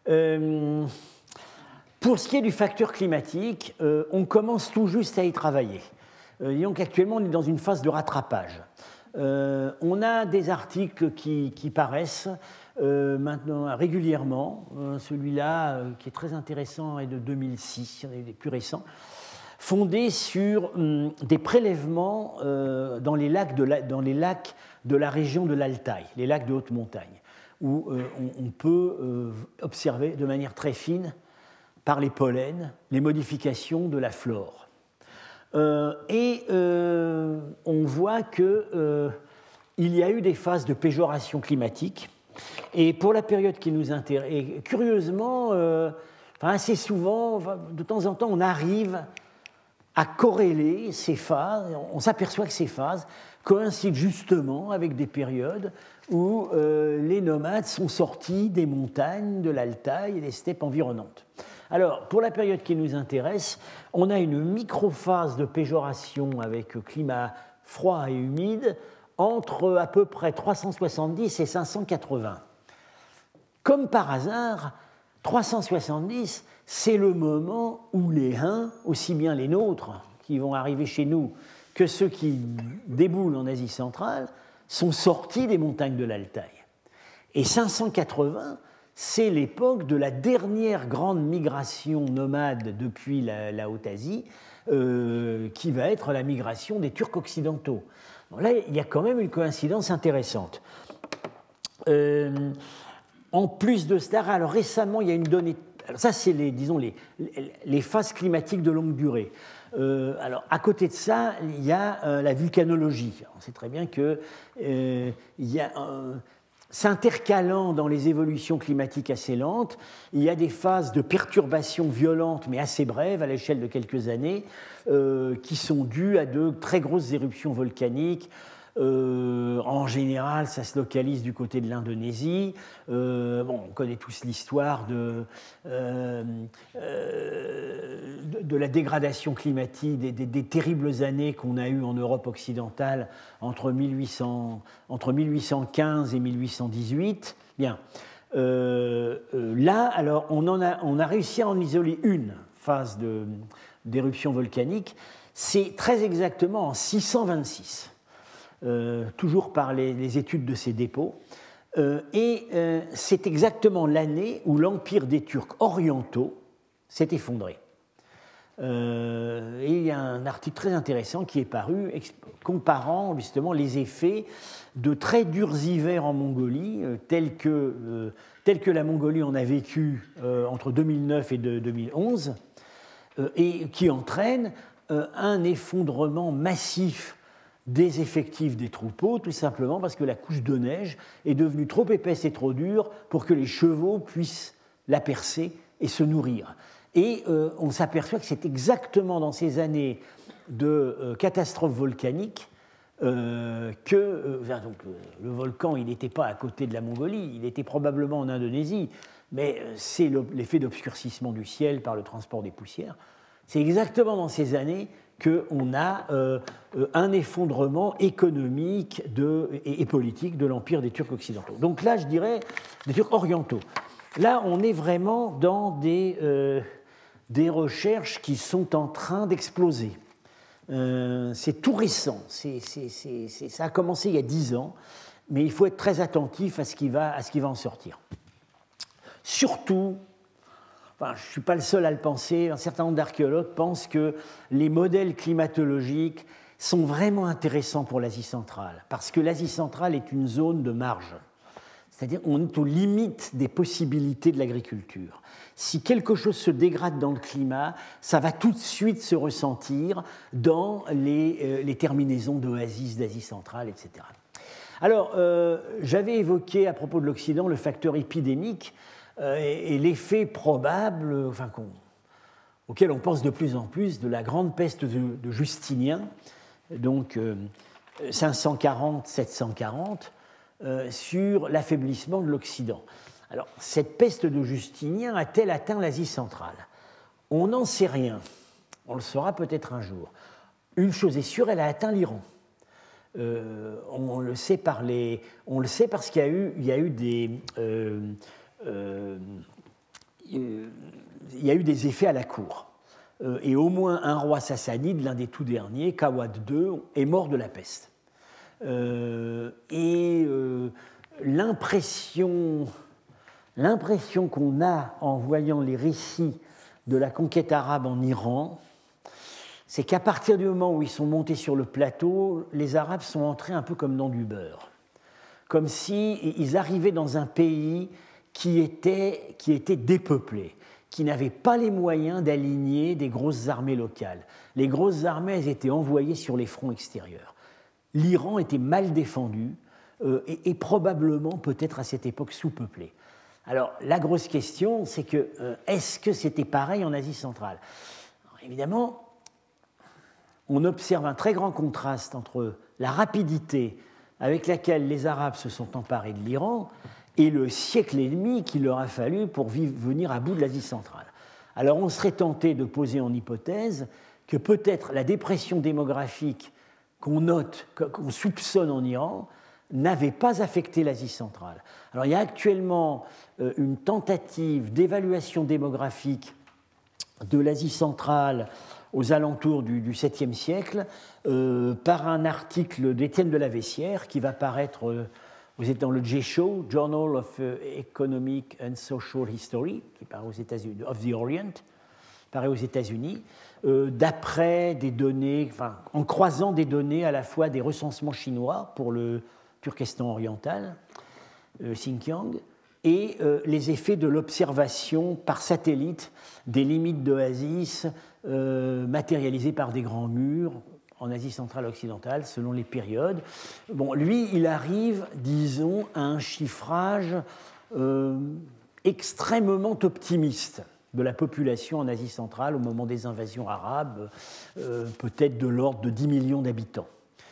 Euh, pour ce qui est du facteur climatique, euh, on commence tout juste à y travailler. Euh, disons qu'actuellement, on est dans une phase de rattrapage. Euh, on a des articles qui, qui paraissent euh, maintenant régulièrement. Euh, celui-là, euh, qui est très intéressant, est de deux mille six, il est plus récent, fondé sur hum, des prélèvements euh, dans, les lacs de la, dans les lacs de la région de l'Altaï, les lacs de haute montagne, où euh, on, on peut euh, observer de manière très fine, par les pollens, les modifications de la flore. Euh, et euh, on voit qu'il euh, y a eu des phases de péjoration climatique. Et pour la période qui nous intéresse, curieusement, euh, enfin assez souvent, de temps en temps, on arrive à corréler ces phases. On s'aperçoit que ces phases coïncident justement avec des périodes où euh, les nomades sont sortis des montagnes, de l'Altaï et des steppes environnantes. Alors, pour la période qui nous intéresse, on a une microphase de péjoration avec climat froid et humide entre à peu près trois cent soixante-dix et cinq cent quatre-vingts. Comme par hasard, trois cent soixante-dix, c'est le moment où les Huns, aussi bien les nôtres qui vont arriver chez nous que ceux qui déboulent en Asie centrale, sont sortis des montagnes de l'Altaï. Et cinq cent quatre-vingts, c'est l'époque de la dernière grande migration nomade depuis la, la Haute-Asie, euh, qui va être la migration des Turcs occidentaux. Bon, là, il y a quand même une coïncidence intéressante. Euh, en plus de cela, alors récemment, il y a une donnée. Alors ça, c'est les, disons, les, les phases climatiques de longue durée. Euh, alors, à côté de ça, il y a euh, la vulcanologie. On sait très bien que euh, il y a euh, s'intercalant dans les évolutions climatiques assez lentes, il y a des phases de perturbations violentes, mais assez brèves, à l'échelle de quelques années, euh, qui sont dues à de très grosses éruptions volcaniques. Euh, en général, ça se localise du côté de l'Indonésie. Euh, bon, on connaît tous l'histoire de, euh, euh, de, de la dégradation climatique, des, des, des terribles années qu'on a eues en Europe occidentale entre mille huit cents, entre mille huit cent quinze et mille huit cent dix-huit. Bien. Euh, euh, là, alors, on, en a, on a réussi à en isoler une phase de, d'éruption volcanique. C'est très exactement en six cent vingt-six. Euh, toujours par les, les études de ces dépôts. Euh, et euh, c'est exactement l'année où l'empire des Turcs orientaux s'est effondré. Euh, et il y a un article très intéressant qui est paru comparant justement les effets de très durs hivers en Mongolie, euh, tels, que, euh, tels que la Mongolie en a vécu euh, entre deux mille neuf et deux mille onze, euh, et qui entraînent euh, un effondrement massif des effectifs des troupeaux, tout simplement parce que la couche de neige est devenue trop épaisse et trop dure pour que les chevaux puissent la percer et se nourrir. Et euh, on s'aperçoit que c'est exactement dans ces années de euh, catastrophes volcaniques euh, que euh, donc, euh, le volcan, il n'était pas à côté de la Mongolie, il était probablement en Indonésie, mais euh, c'est le, l'effet d'obscurcissement du ciel par le transport des poussières. C'est exactement dans ces années qu'on a euh, un effondrement économique de, et, et politique de l'empire des Turcs occidentaux. Donc là, je dirais des Turcs orientaux. Là, on est vraiment dans des, euh, des recherches qui sont en train d'exploser. Euh, c'est tout récent, c'est, c'est, c'est, c'est, ça a commencé il y a dix ans, mais il faut être très attentif à ce qui va, à ce qui va en sortir. Surtout, enfin, je ne suis pas le seul à le penser, un certain nombre d'archéologues pensent que les modèles climatologiques sont vraiment intéressants pour l'Asie centrale, parce que l'Asie centrale est une zone de marge. C'est-à-dire qu'on est aux limites des possibilités de l'agriculture. Si quelque chose se dégrade dans le climat, ça va tout de suite se ressentir dans les, euh, les terminaisons d'oasis d'Asie centrale, et cetera. Alors, euh, j'avais évoqué à propos de l'Occident le facteur épidémique euh, et, et l'effet probable, enfin, qu'on, auquel on pense de plus en plus, de la grande peste de, de Justinien, donc euh, cinq cent quarante à sept cent quarante, Euh, sur l'affaiblissement de l'Occident. Alors, cette peste de Justinien a-t-elle atteint l'Asie centrale? On n'en sait rien. On le saura peut-être un jour. Une chose est sûre, elle a atteint l'Iran. Euh, on, le sait par les, on le sait parce qu'il y a eu, il y a eu des, euh, euh, euh, il y a eu des effets à la cour. Euh, et au moins un roi sassanide, l'un des tout derniers, Kawad deux, est mort de la peste. Euh, et euh, l'impression, l'impression qu'on a en voyant les récits de la conquête arabe en Iran, c'est qu'à partir du moment où ils sont montés sur le plateau, les Arabes sont entrés un peu comme dans du beurre. Comme s'ils arrivaient dans un pays qui était, qui était dépeuplé, qui n'avait pas les moyens d'aligner des grosses armées locales. Les grosses armées, elles étaient envoyées sur les fronts extérieurs. L'Iran était mal défendu euh, et, et probablement, peut-être à cette époque, sous-peuplé. Alors, la grosse question, c'est que, euh, est-ce que c'était pareil en Asie centrale ? Alors, évidemment, on observe un très grand contraste entre la rapidité avec laquelle les Arabes se sont emparés de l'Iran et le siècle et demi qu'il leur a fallu pour vivre, venir à bout de l'Asie centrale. Alors on serait tenté de poser en hypothèse que peut-être la dépression démographique qu'on note, qu'on soupçonne en Iran, n'avait pas affecté l'Asie centrale. Alors il y a actuellement euh, une tentative d'évaluation démographique de l'Asie centrale aux alentours du, du septième siècle, euh, par un article d'Étienne de la Vessière qui va paraître euh, dans le J S H O, Journal of Economic and Social History, qui paraît aux États-Unis, of the Orient, paraît aux États-Unis, euh, d'après des données, enfin, en croisant des données à la fois des recensements chinois pour le Turkestan oriental, euh, Xinjiang, et euh, les effets de l'observation par satellite des limites d'oasis euh, matérialisées par des grands murs en Asie centrale occidentale, selon les périodes. Bon, lui, il arrive, disons, à un chiffrage euh, extrêmement optimiste de la population en Asie centrale au moment des invasions arabes, euh, peut-être de l'ordre de dix millions d'habitants.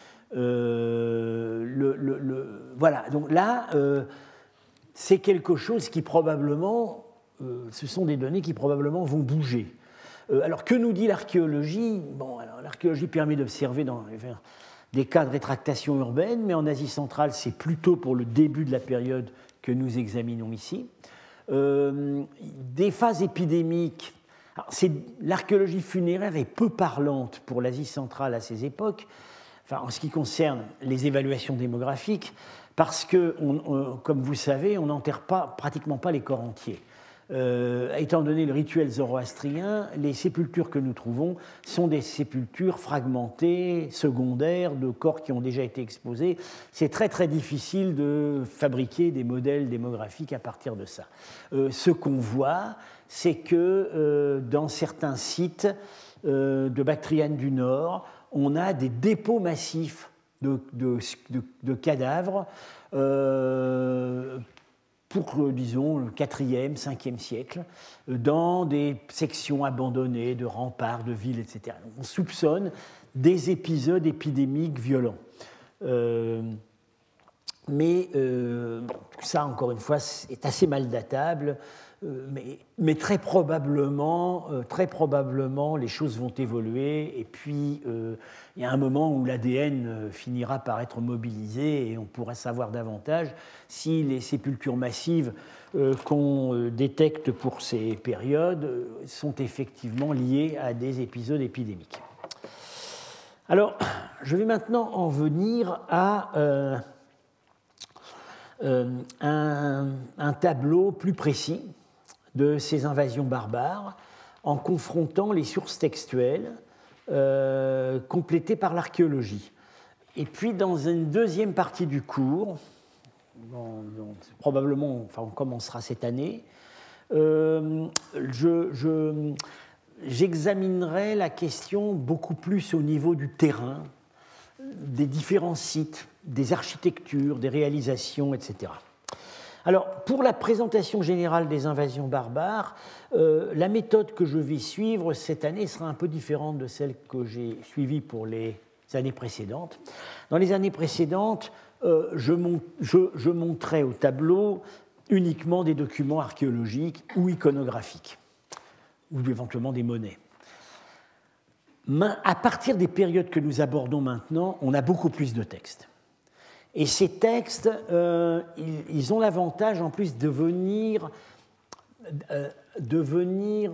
Euh, le, le, le, voilà, donc là... Euh, c'est quelque chose qui probablement, euh, ce sont des données qui probablement vont bouger. Euh, alors que nous dit l'archéologie ? Bon, alors l'archéologie permet d'observer dans des cas de rétractation urbaine, mais en Asie centrale, c'est plutôt pour le début de la période que nous examinons ici. Euh, des phases épidémiques. Alors, c'est, l'archéologie funéraire est peu parlante pour l'Asie centrale à ces époques, enfin, en ce qui concerne les évaluations démographiques. Parce que, on, on, comme vous savez, on n'enterre pas, pratiquement pas les corps entiers. Euh, étant donné le rituel zoroastrien, les sépultures que nous trouvons sont des sépultures fragmentées, secondaires, de corps qui ont déjà été exposés. C'est très très difficile de fabriquer des modèles démographiques à partir de ça. Euh, ce qu'on voit, c'est que euh, dans certains sites euh, de Bactriane du Nord, on a des dépôts massifs De, de, de, de cadavres euh, pour, disons, le quatrième, cinquième siècle, dans des sections abandonnées de remparts, de villes, et cetera. On soupçonne des épisodes épidémiques violents. Euh, mais euh, bon, tout ça, encore une fois, est assez mal datable. Mais, mais très probablement, euh, très probablement, les choses vont évoluer et puis euh, il y a un moment où l'A D N euh, finira par être mobilisé et on pourra savoir davantage si les sépultures massives euh, qu'on euh, détecte pour ces périodes euh, sont effectivement liées à des épisodes épidémiques. Alors, je vais maintenant en venir à euh, euh, un, un tableau plus précis de ces invasions barbares, en confrontant les sources textuelles euh, complétées par l'archéologie. Et puis, dans une deuxième partie du cours, bon, bon, probablement, enfin, on commencera cette année, euh, je, je, j'examinerai la question beaucoup plus au niveau du terrain, des différents sites, des architectures, des réalisations, et cetera. Alors, pour la présentation générale des invasions barbares, euh, la méthode que je vais suivre cette année sera un peu différente de celle que j'ai suivie pour les années précédentes. Dans les années précédentes, euh, je, mont, je, je montrais au tableau uniquement des documents archéologiques ou iconographiques, ou éventuellement des monnaies. À partir des périodes que nous abordons maintenant, on a beaucoup plus de textes. Et ces textes, euh, ils, ils ont l'avantage en plus de venir euh, de venir,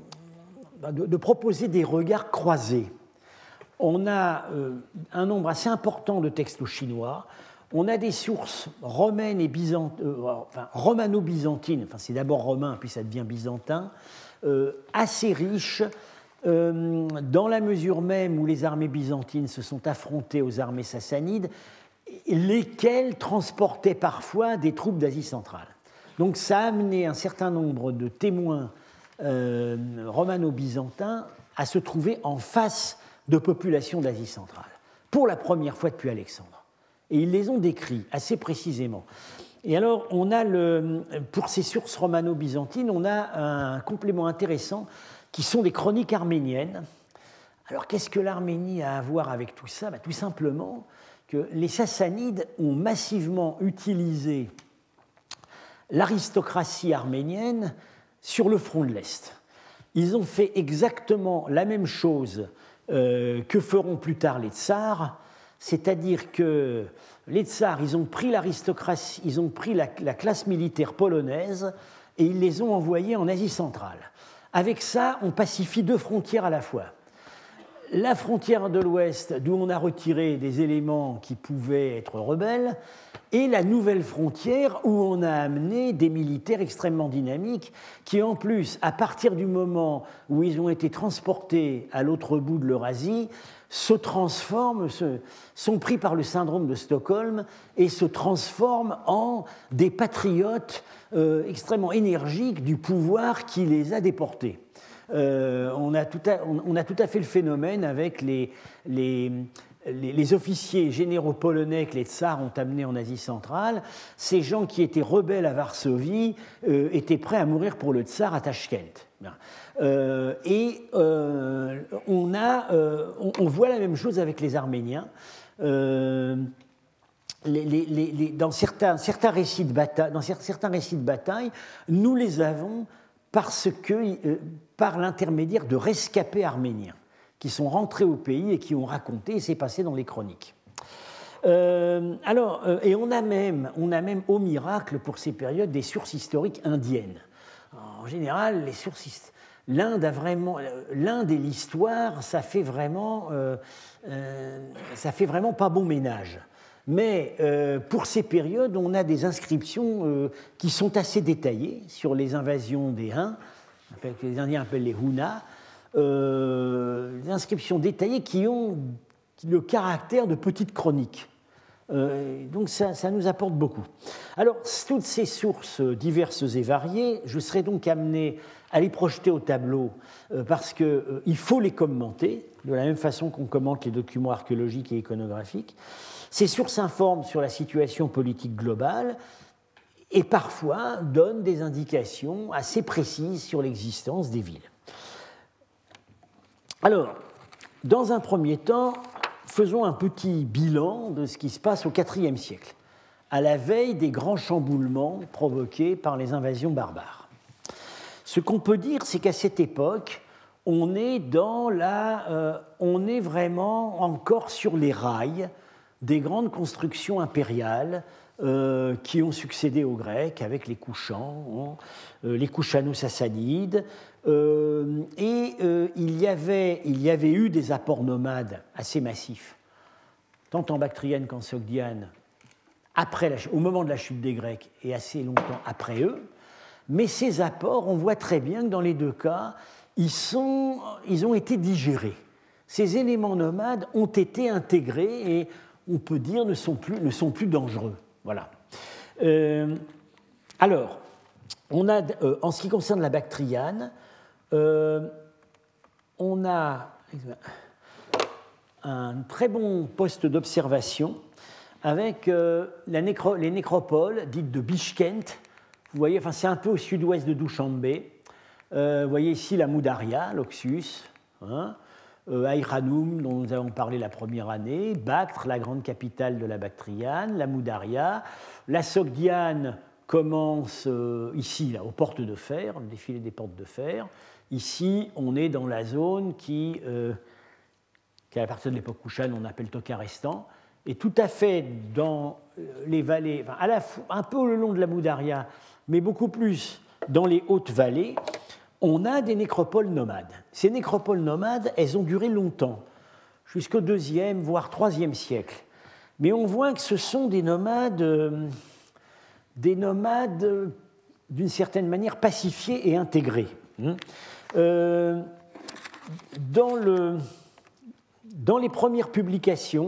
de, de proposer des regards croisés. On a euh, un nombre assez important de textes au chinois. On a des sources romaines et byzant- euh, enfin, romano-byzantines, enfin, c'est d'abord romain, puis ça devient byzantin, euh, assez riches, euh, dans la mesure même où les armées byzantines se sont affrontées aux armées sassanides, lesquelles transportaient parfois des troupes d'Asie centrale. Donc ça a amené un certain nombre de témoins euh, romano-byzantins à se trouver en face de populations d'Asie centrale, pour la première fois depuis Alexandre. Et ils les ont décrits assez précisément. Et alors, on a le, pour ces sources romano-byzantines, on a un complément intéressant qui sont des chroniques arméniennes. Alors, qu'est-ce que l'Arménie a à voir avec tout ça? Ben, tout simplement que les Sassanides ont massivement utilisé l'aristocratie arménienne sur le front de l'Est. Ils ont fait exactement la même chose euh, que feront plus tard les tsars, c'est-à-dire que les tsars, ils ont pris l'aristocratie, ils ont pris la, la classe militaire polonaise et ils les ont envoyés en Asie centrale. Avec ça, on pacifie deux frontières à la fois. La frontière de l'Ouest, d'où on a retiré des éléments qui pouvaient être rebelles, et la nouvelle frontière où on a amené des militaires extrêmement dynamiques qui, en plus, à partir du moment où ils ont été transportés à l'autre bout de l'Eurasie, se transforment, se, sont pris par le syndrome de Stockholm et se transforment en des patriotes euh, extrêmement énergiques du pouvoir qui les a déportés. Euh, on, a tout à, on, on a tout à fait le phénomène avec les, les, les, les officiers généraux polonais que les tsars ont amenés en Asie centrale. Ces gens qui étaient rebelles à Varsovie euh, étaient prêts à mourir pour le tsar à Tachkent. Euh, et euh, on, a, euh, on, on voit la même chose avec les Arméniens. Euh, les, les, les, dans, certains, certains récits de bataille, dans certains récits de bataille, nous les avons parce que, euh, par l'intermédiaire de rescapés arméniens qui sont rentrés au pays et qui ont raconté, et c'est passé dans les chroniques. Euh, alors, euh, et on a, même, on a même, au miracle, pour ces périodes, des sources historiques indiennes. En général, les sources, l'Inde a vraiment, l'Inde et l'histoire, ça fait vraiment, euh, euh, ça fait vraiment pas bon ménage. Mais euh, pour ces périodes, on a des inscriptions euh, qui sont assez détaillées sur les invasions des Huns, que les Indiens appellent les Hunas, euh, des inscriptions détaillées qui ont le caractère de petites chroniques. Euh, donc ça, ça nous apporte beaucoup. Alors, toutes ces sources diverses et variées, je serai donc amené à les projeter au tableau euh, parce qu'il euh, faut les commenter, de la même façon qu'on commente les documents archéologiques et iconographiques. Ces sources informent sur la situation politique globale et parfois donnent des indications assez précises sur l'existence des villes. Alors, dans un premier temps, faisons un petit bilan de ce qui se passe au quatrième siècle, à la veille des grands chamboulements provoqués par les invasions barbares. Ce qu'on peut dire, c'est qu'à cette époque, on est, dans la, euh, on est vraiment encore sur les rails des grandes constructions impériales euh, qui ont succédé aux Grecs avec les Kushans, euh, les Kushano-Sassanides, euh, et euh, il, y avait, il y avait eu des apports nomades assez massifs, tant en Bactriane qu'en Sogdiane, après la, au moment de la chute des Grecs et assez longtemps après eux. Mais ces apports, on voit très bien que dans les deux cas, ils, sont, ils ont été digérés. Ces éléments nomades ont été intégrés et on peut dire ne sont plus, ne sont plus dangereux. Voilà. Euh, alors, on a, euh, en ce qui concerne la Bactriane, euh, on a un très bon poste d'observation avec euh, la nécro, les nécropoles dites de Bishkent. Vous voyez, enfin, c'est un peu au sud-ouest de Douchambé. Euh, vous voyez ici la Moudaria, l'Oxus, hein, euh, Aïranoum, dont nous avons parlé la première année, Bactre, la grande capitale de la Bactriane, la Moudaria. La Sogdiane commence euh, ici, là, aux portes de fer, le défilé des portes de fer. Ici, on est dans la zone qui, euh, qui à partir de l'époque Kushan, on appelle Tokarestan, et tout à fait dans les vallées, enfin, à la, un peu le long de la Moudaria, mais beaucoup plus dans les hautes vallées, on a des nécropoles nomades. Ces nécropoles nomades, elles ont duré longtemps, jusqu'au deuxième, voire troisième siècle. Mais on voit que ce sont des nomades, euh, des nomades euh, d'une certaine manière pacifiés et intégrés. Euh, dans, le, dans les premières publications,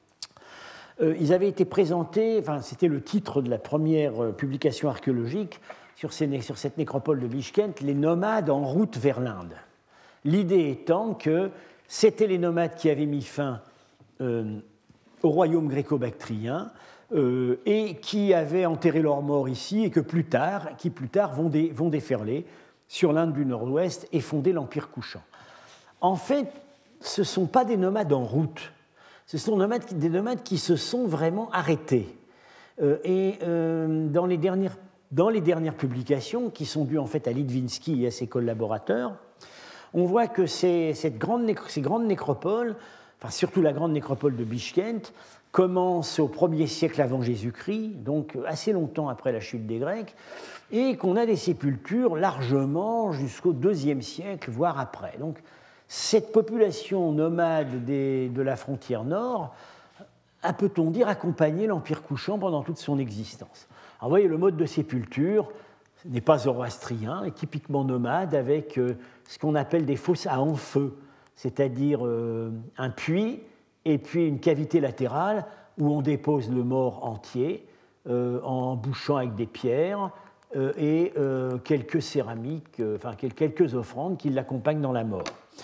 euh, ils avaient été présentés, enfin, c'était le titre de la première euh, publication archéologique sur, ces, sur cette nécropole de Bichkent, les nomades en route vers l'Inde. L'idée étant que c'était les nomades qui avaient mis fin euh, au royaume gréco-bactrien euh, et qui avaient enterré leurs morts ici et que plus tard, qui plus tard vont, dé, vont déferler sur l'Inde du Nord-Ouest et fonder l'Empire couchant. En fait, ce ne sont pas des nomades en route, ce sont nomades, des nomades qui se sont vraiment arrêtés. Euh, et euh, dans, les dernières, dans les dernières publications, qui sont dues en fait à Litvinsky et à ses collaborateurs, on voit que ces, cette grande, ces grandes nécropoles, enfin surtout la grande nécropole de Bichkent, commencent au premier siècle avant Jésus-Christ, donc assez longtemps après la chute des Grecs, et qu'on a des sépultures largement jusqu'au deuxième siècle, voire après. Donc cette population nomade des, de la frontière nord a, peut-on dire, accompagné l'Empire couchant pendant toute son existence. Alors vous voyez, le mode de sépulture n'est pas zoroastrien, est typiquement nomade avec euh, ce qu'on appelle des fosses à en-feu, c'est-à-dire euh, un puits et puis une cavité latérale où on dépose le mort entier euh, en bouchant avec des pierres euh, et euh, quelques céramiques, euh, enfin quelques offrandes qui l'accompagnent dans la mort.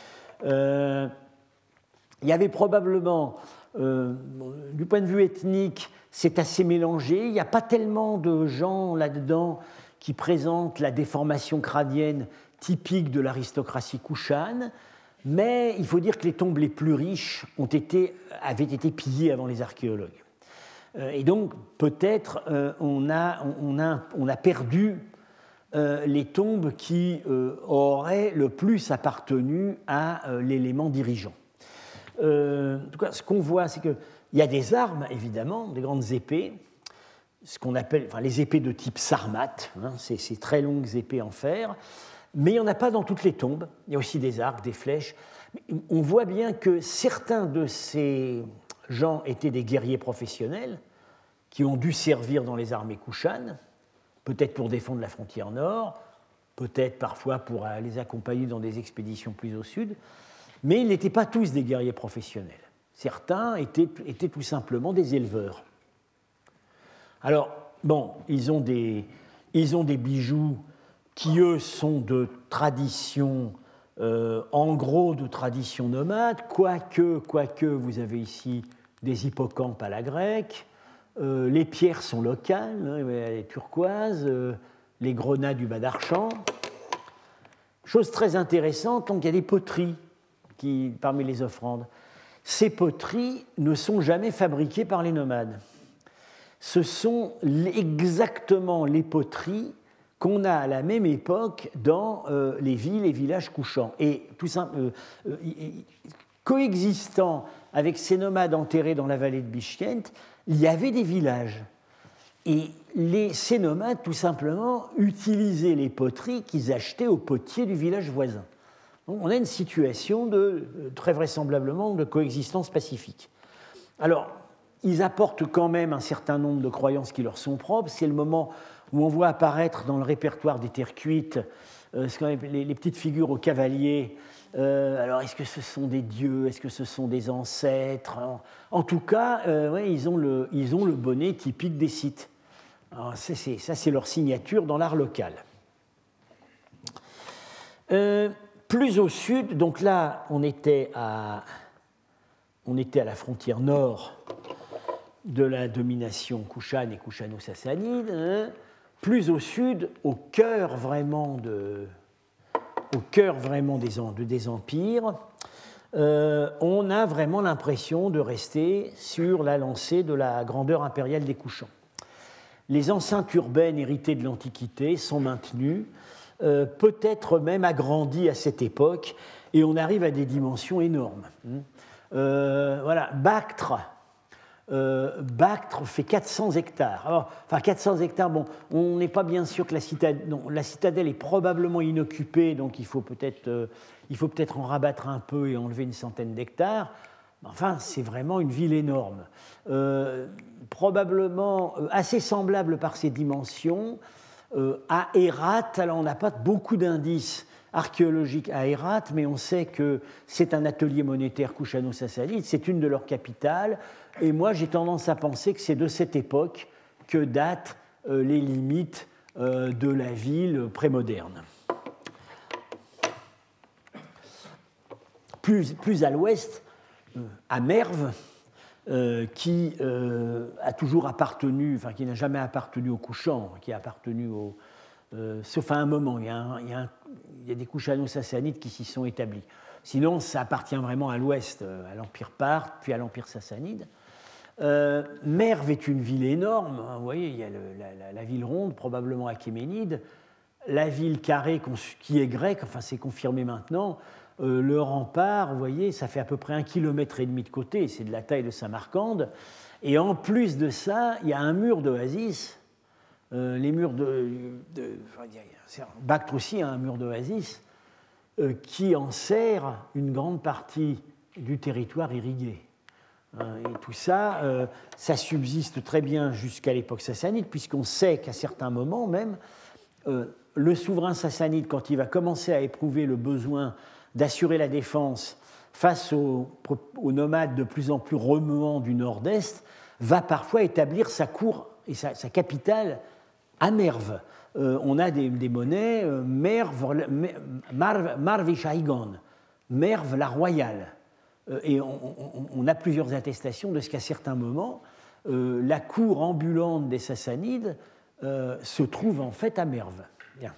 Euh, il y avait probablement, euh, du point de vue ethnique, c'est assez mélangé, il n'y a pas tellement de gens là-dedans qui présentent la déformation crânienne typique de l'aristocratie couchane, mais il faut dire que les tombes les plus riches ont été, avaient été pillées avant les archéologues. Et donc, peut-être, euh, on, a, on, a, on a perdu euh, les tombes qui euh, auraient le plus appartenu à euh, l'élément dirigeant. Euh, en tout cas, ce qu'on voit, c'est qu'il y a des armes, évidemment, des grandes épées, ce qu'on appelle enfin, les épées de type sarmate, hein, ces, ces très longues épées en fer, mais il n'y en a pas dans toutes les tombes. Il y a aussi des arcs, des flèches. On voit bien que certains de ces gens étaient des guerriers professionnels qui ont dû servir dans les armées couchanes, peut-être pour défendre la frontière nord, peut-être parfois pour les accompagner dans des expéditions plus au sud, mais ils n'étaient pas tous des guerriers professionnels. Certains étaient, étaient tout simplement des éleveurs. Alors, bon, ils ont des, ils ont des bijoux qui, eux, sont de tradition, euh, en gros, de tradition nomade, quoique, quoique vous avez ici des hippocampes à la grecque, euh, les pierres sont locales, hein, les turquoises, euh, les grenats du Badarchan. Chose très intéressante, donc il y a des poteries qui, parmi les offrandes. Ces poteries ne sont jamais fabriquées par les nomades. Ce sont exactement les poteries qu'on a à la même époque dans euh, les villes et villages couchants. Et tout simple, euh, euh, coexistant avec ces nomades enterrés dans la vallée de Bichkent, il y avait des villages. Et les, ces nomades, tout simplement, utilisaient les poteries qu'ils achetaient au potier du village voisin. Donc, on a une situation de, très vraisemblablement de coexistence pacifique. Alors, ils apportent quand même un certain nombre de croyances qui leur sont propres. C'est le moment où on voit apparaître dans le répertoire des terres cuites euh, les, les petites figures aux cavaliers. Euh, alors, est-ce que ce sont des dieux? Est-ce que ce sont des ancêtres? En, en tout cas, euh, ouais, ils, ont le, ils ont le bonnet typique des Scythes. Alors, c'est, c'est, ça, c'est leur signature dans l'art local. Euh, plus au sud, donc là, on était à, on était à la frontière nord de la domination kouchane et kouchano-sassanide, hein. Plus au sud, au cœur vraiment, de, au cœur vraiment des, de, des empires, euh, on a vraiment l'impression de rester sur la lancée de la grandeur impériale des Couchants. Les enceintes urbaines héritées de l'Antiquité sont maintenues, euh, peut-être même agrandies à cette époque, et on arrive à des dimensions énormes. Euh, voilà, Bactre, euh, Bactre fait quatre cents hectares. Alors, enfin, quatre cents hectares, bon, on n'est pas bien sûr que la citadelle, non, la citadelle est probablement inoccupée, donc il faut peut-être euh, il faut peut-être en rabattre un peu et enlever une centaine d'hectares. Enfin, c'est vraiment une ville énorme. Euh, probablement euh, assez semblable par ses dimensions euh, à Hérat. Alors, on n'a pas beaucoup d'indices archéologiques à Hérat, mais on sait que c'est un atelier monétaire kushano-sassanide, c'est une de leurs capitales, et moi j'ai tendance à penser que c'est de cette époque que datent euh, les limites euh, de la ville prémoderne. Plus, plus à l'ouest, euh, à Merv, euh, qui euh, a toujours appartenu, enfin qui n'a jamais appartenu aux Kushans, qui a appartenu au Euh, sauf à un moment, il y a, un, il y a, un, il y a des Kushano-sassanides qui s'y sont établis. Sinon, ça appartient vraiment à l'ouest, à l'Empire parthe, puis à l'Empire sassanide. Euh, Merv est une ville énorme, hein, vous voyez, il y a le, la, la, la ville ronde, probablement achéménide, la ville carrée qui est grecque, enfin c'est confirmé maintenant, euh, le rempart, vous voyez, ça fait à peu près un kilomètre et demi de côté, c'est de la taille de Samarcande, et en plus de ça, il y a un mur d'oasis. Euh, les murs de, de, de Bactre aussi a un mur d'oasis euh, qui enserre une grande partie du territoire irrigué. Euh, et tout ça, euh, ça subsiste très bien jusqu'à l'époque sassanide, puisqu'on sait qu'à certains moments même, euh, le souverain sassanide, quand il va commencer à éprouver le besoin d'assurer la défense face aux, aux nomades de plus en plus remuants du nord-est, va parfois établir sa cour et sa, sa capitale à Merv. Euh, on a des, des monnaies, euh, Merv, Marv, Marv-i-Shaigon, Merv la royale. Euh, et on, on, on a plusieurs attestations de ce qu'à certains moments, euh, la cour ambulante des Sassanides euh, se trouve en fait à Merv. Bien.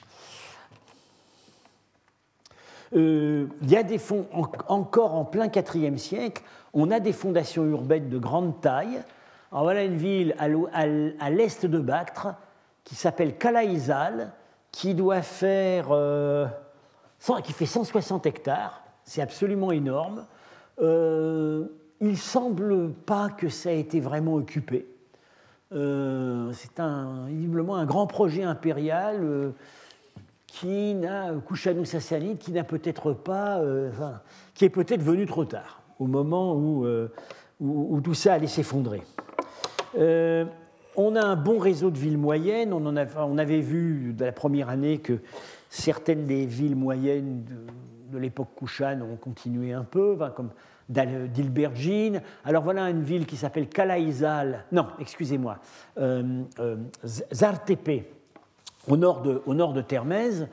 Euh, il y a des fonds, en, encore en plein quatrième siècle, on a des fondations urbaines de grande taille. Alors voilà une ville à, à, à l'est de Bactre, qui s'appelle Kalaïzal, qui doit faire, euh, cent, qui fait cent soixante hectares, c'est absolument énorme. Euh, il ne semble pas que ça ait été vraiment occupé. Euh, c'est un, visiblement un grand projet impérial euh, qui n'a, Kushano-sassanide, qui n'a peut-être pas, euh, enfin, qui est peut-être venu trop tard, au moment où, euh, où, où tout ça allait s'effondrer. Euh, On a un bon réseau de villes moyennes. On, en a, on avait vu de la première année que certaines des villes moyennes de, de l'époque Kushan ont continué un peu, comme d'Ilbergine. Alors voilà une ville qui s'appelle Kalaïzal, non, excusez-moi, euh, euh, Zartepe, au nord de, au nord de Termez,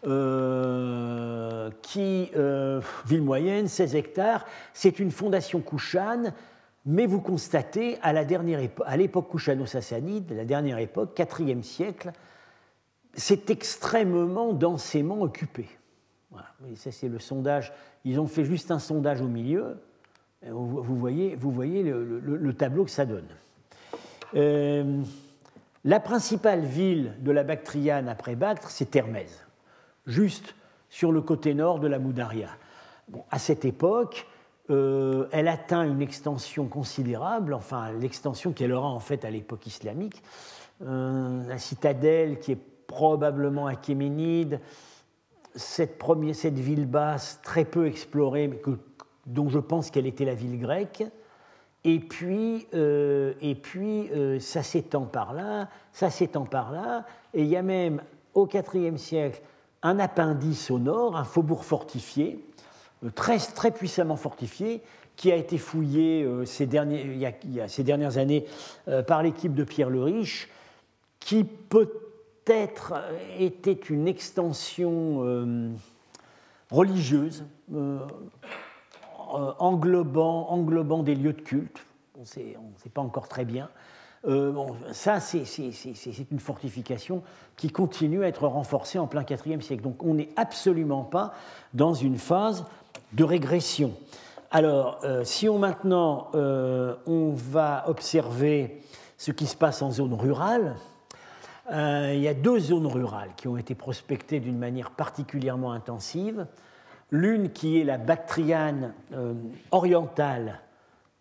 euh, qui, euh, ville moyenne, seize hectares. C'est une fondation Kushan. Mais vous constatez, à, la dernière épo- à l'époque kushano-sassanide, la dernière époque, quatrième siècle, c'est extrêmement densément occupé. Voilà. Et ça, c'est le sondage. Ils ont fait juste un sondage au milieu. Vous, vous voyez, vous voyez le, le, le tableau que ça donne. Euh, la principale ville de la Bactriane après Bactre, c'est Termez, juste sur le côté nord de la Moudaria. Bon, à cette époque, Euh, elle atteint une extension considérable, enfin l'extension qu'elle aura en fait à l'époque islamique. Euh, la citadelle qui est probablement achéménide, cette, première, cette ville basse très peu explorée, mais que, dont je pense qu'elle était la ville grecque, et puis, euh, et puis euh, ça s'étend par là, ça s'étend par là, et il y a même au quatrième siècle un appendice au nord, un faubourg fortifié, Très, très puissamment fortifié, qui a été fouillé euh, ces, derniers, il y a, il y a ces dernières années euh, par l'équipe de Pierre le Riche, qui peut-être était une extension euh, religieuse, euh, englobant, englobant des lieux de culte. On ne sait pas encore très bien. Euh, bon, ça, c'est, c'est, c'est, c'est une fortification qui continue à être renforcée en plein quatrième siècle. Donc, on n'est absolument pas dans une phase de régression. Alors, euh, si on maintenant euh, on va observer ce qui se passe en zone rurale, euh, il y a deux zones rurales qui ont été prospectées d'une manière particulièrement intensive. L'une qui est la Bactriane euh, orientale,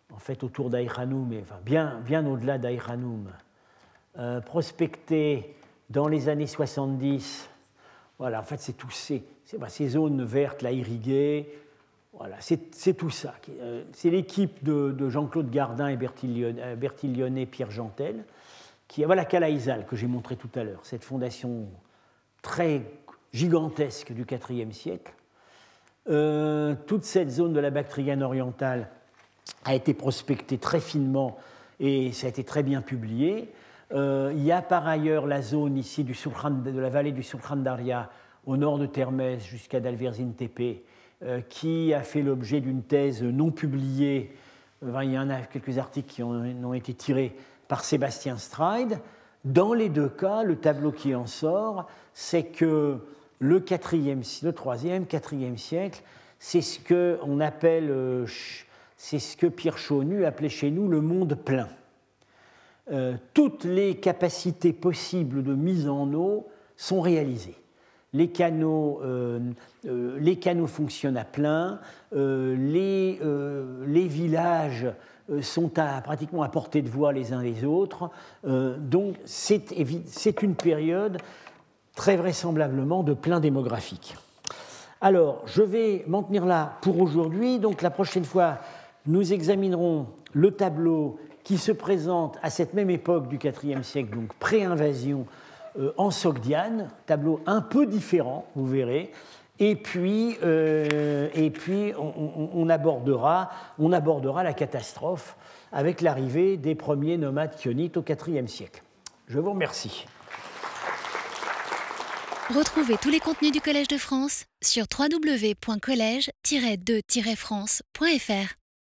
en fait autour d'Aïr-Hanoum, mais enfin, bien, bien au-delà d'Aïr-Hanoum, euh, prospecté dans les années soixante-dix. Voilà, en fait, c'est tous ces, bah, ces zones vertes, là, irriguées. Voilà, c'est tout ça. C'est l'équipe de, de Jean-Claude Gardin et Bertil Lyonnais, Pierre Jantel, qui voilà Calaïsal que j'ai montré tout à l'heure, cette fondation très gigantesque du quatrième siècle. Euh, toute cette zone de la Bactriane orientale a été prospectée très finement et ça a été très bien publié. Euh, il y a par ailleurs la zone ici du Sulkhan, de la vallée du Sulkhan Daria, au nord de Termez jusqu'à Dalverzin Tepe, euh, qui a fait l'objet d'une thèse non publiée. Enfin, il y en a quelques articles qui ont, ont été tirés par Sébastien Stride. Dans les deux cas, le tableau qui en sort, c'est que le quatrième, le troisième, quatrième siècle, c'est ce que on appelle, euh, c'est ce que Pierre Chaunu appelait chez nous le monde plein. Euh, toutes les capacités possibles de mise en eau sont réalisées. Les canaux, euh, euh, les canaux fonctionnent à plein, euh, les, euh, les villages sont à, pratiquement à portée de voie les uns les autres. Euh, donc c'est, c'est une période très vraisemblablement de plein démographique. Alors, je vais m'en tenir là pour aujourd'hui. Donc la prochaine fois, nous examinerons le tableau qui se présente à cette même époque du quatrième siècle, donc pré-invasion, euh, en Sogdiane, tableau un peu différent, vous verrez. Et puis, euh, et puis on, on, on, abordera, on abordera la catastrophe avec l'arrivée des premiers nomades chionites au quatrième siècle. Je vous remercie. Retrouvez tous les contenus du Collège de France sur w w w point collège tiret de tiret france point f r.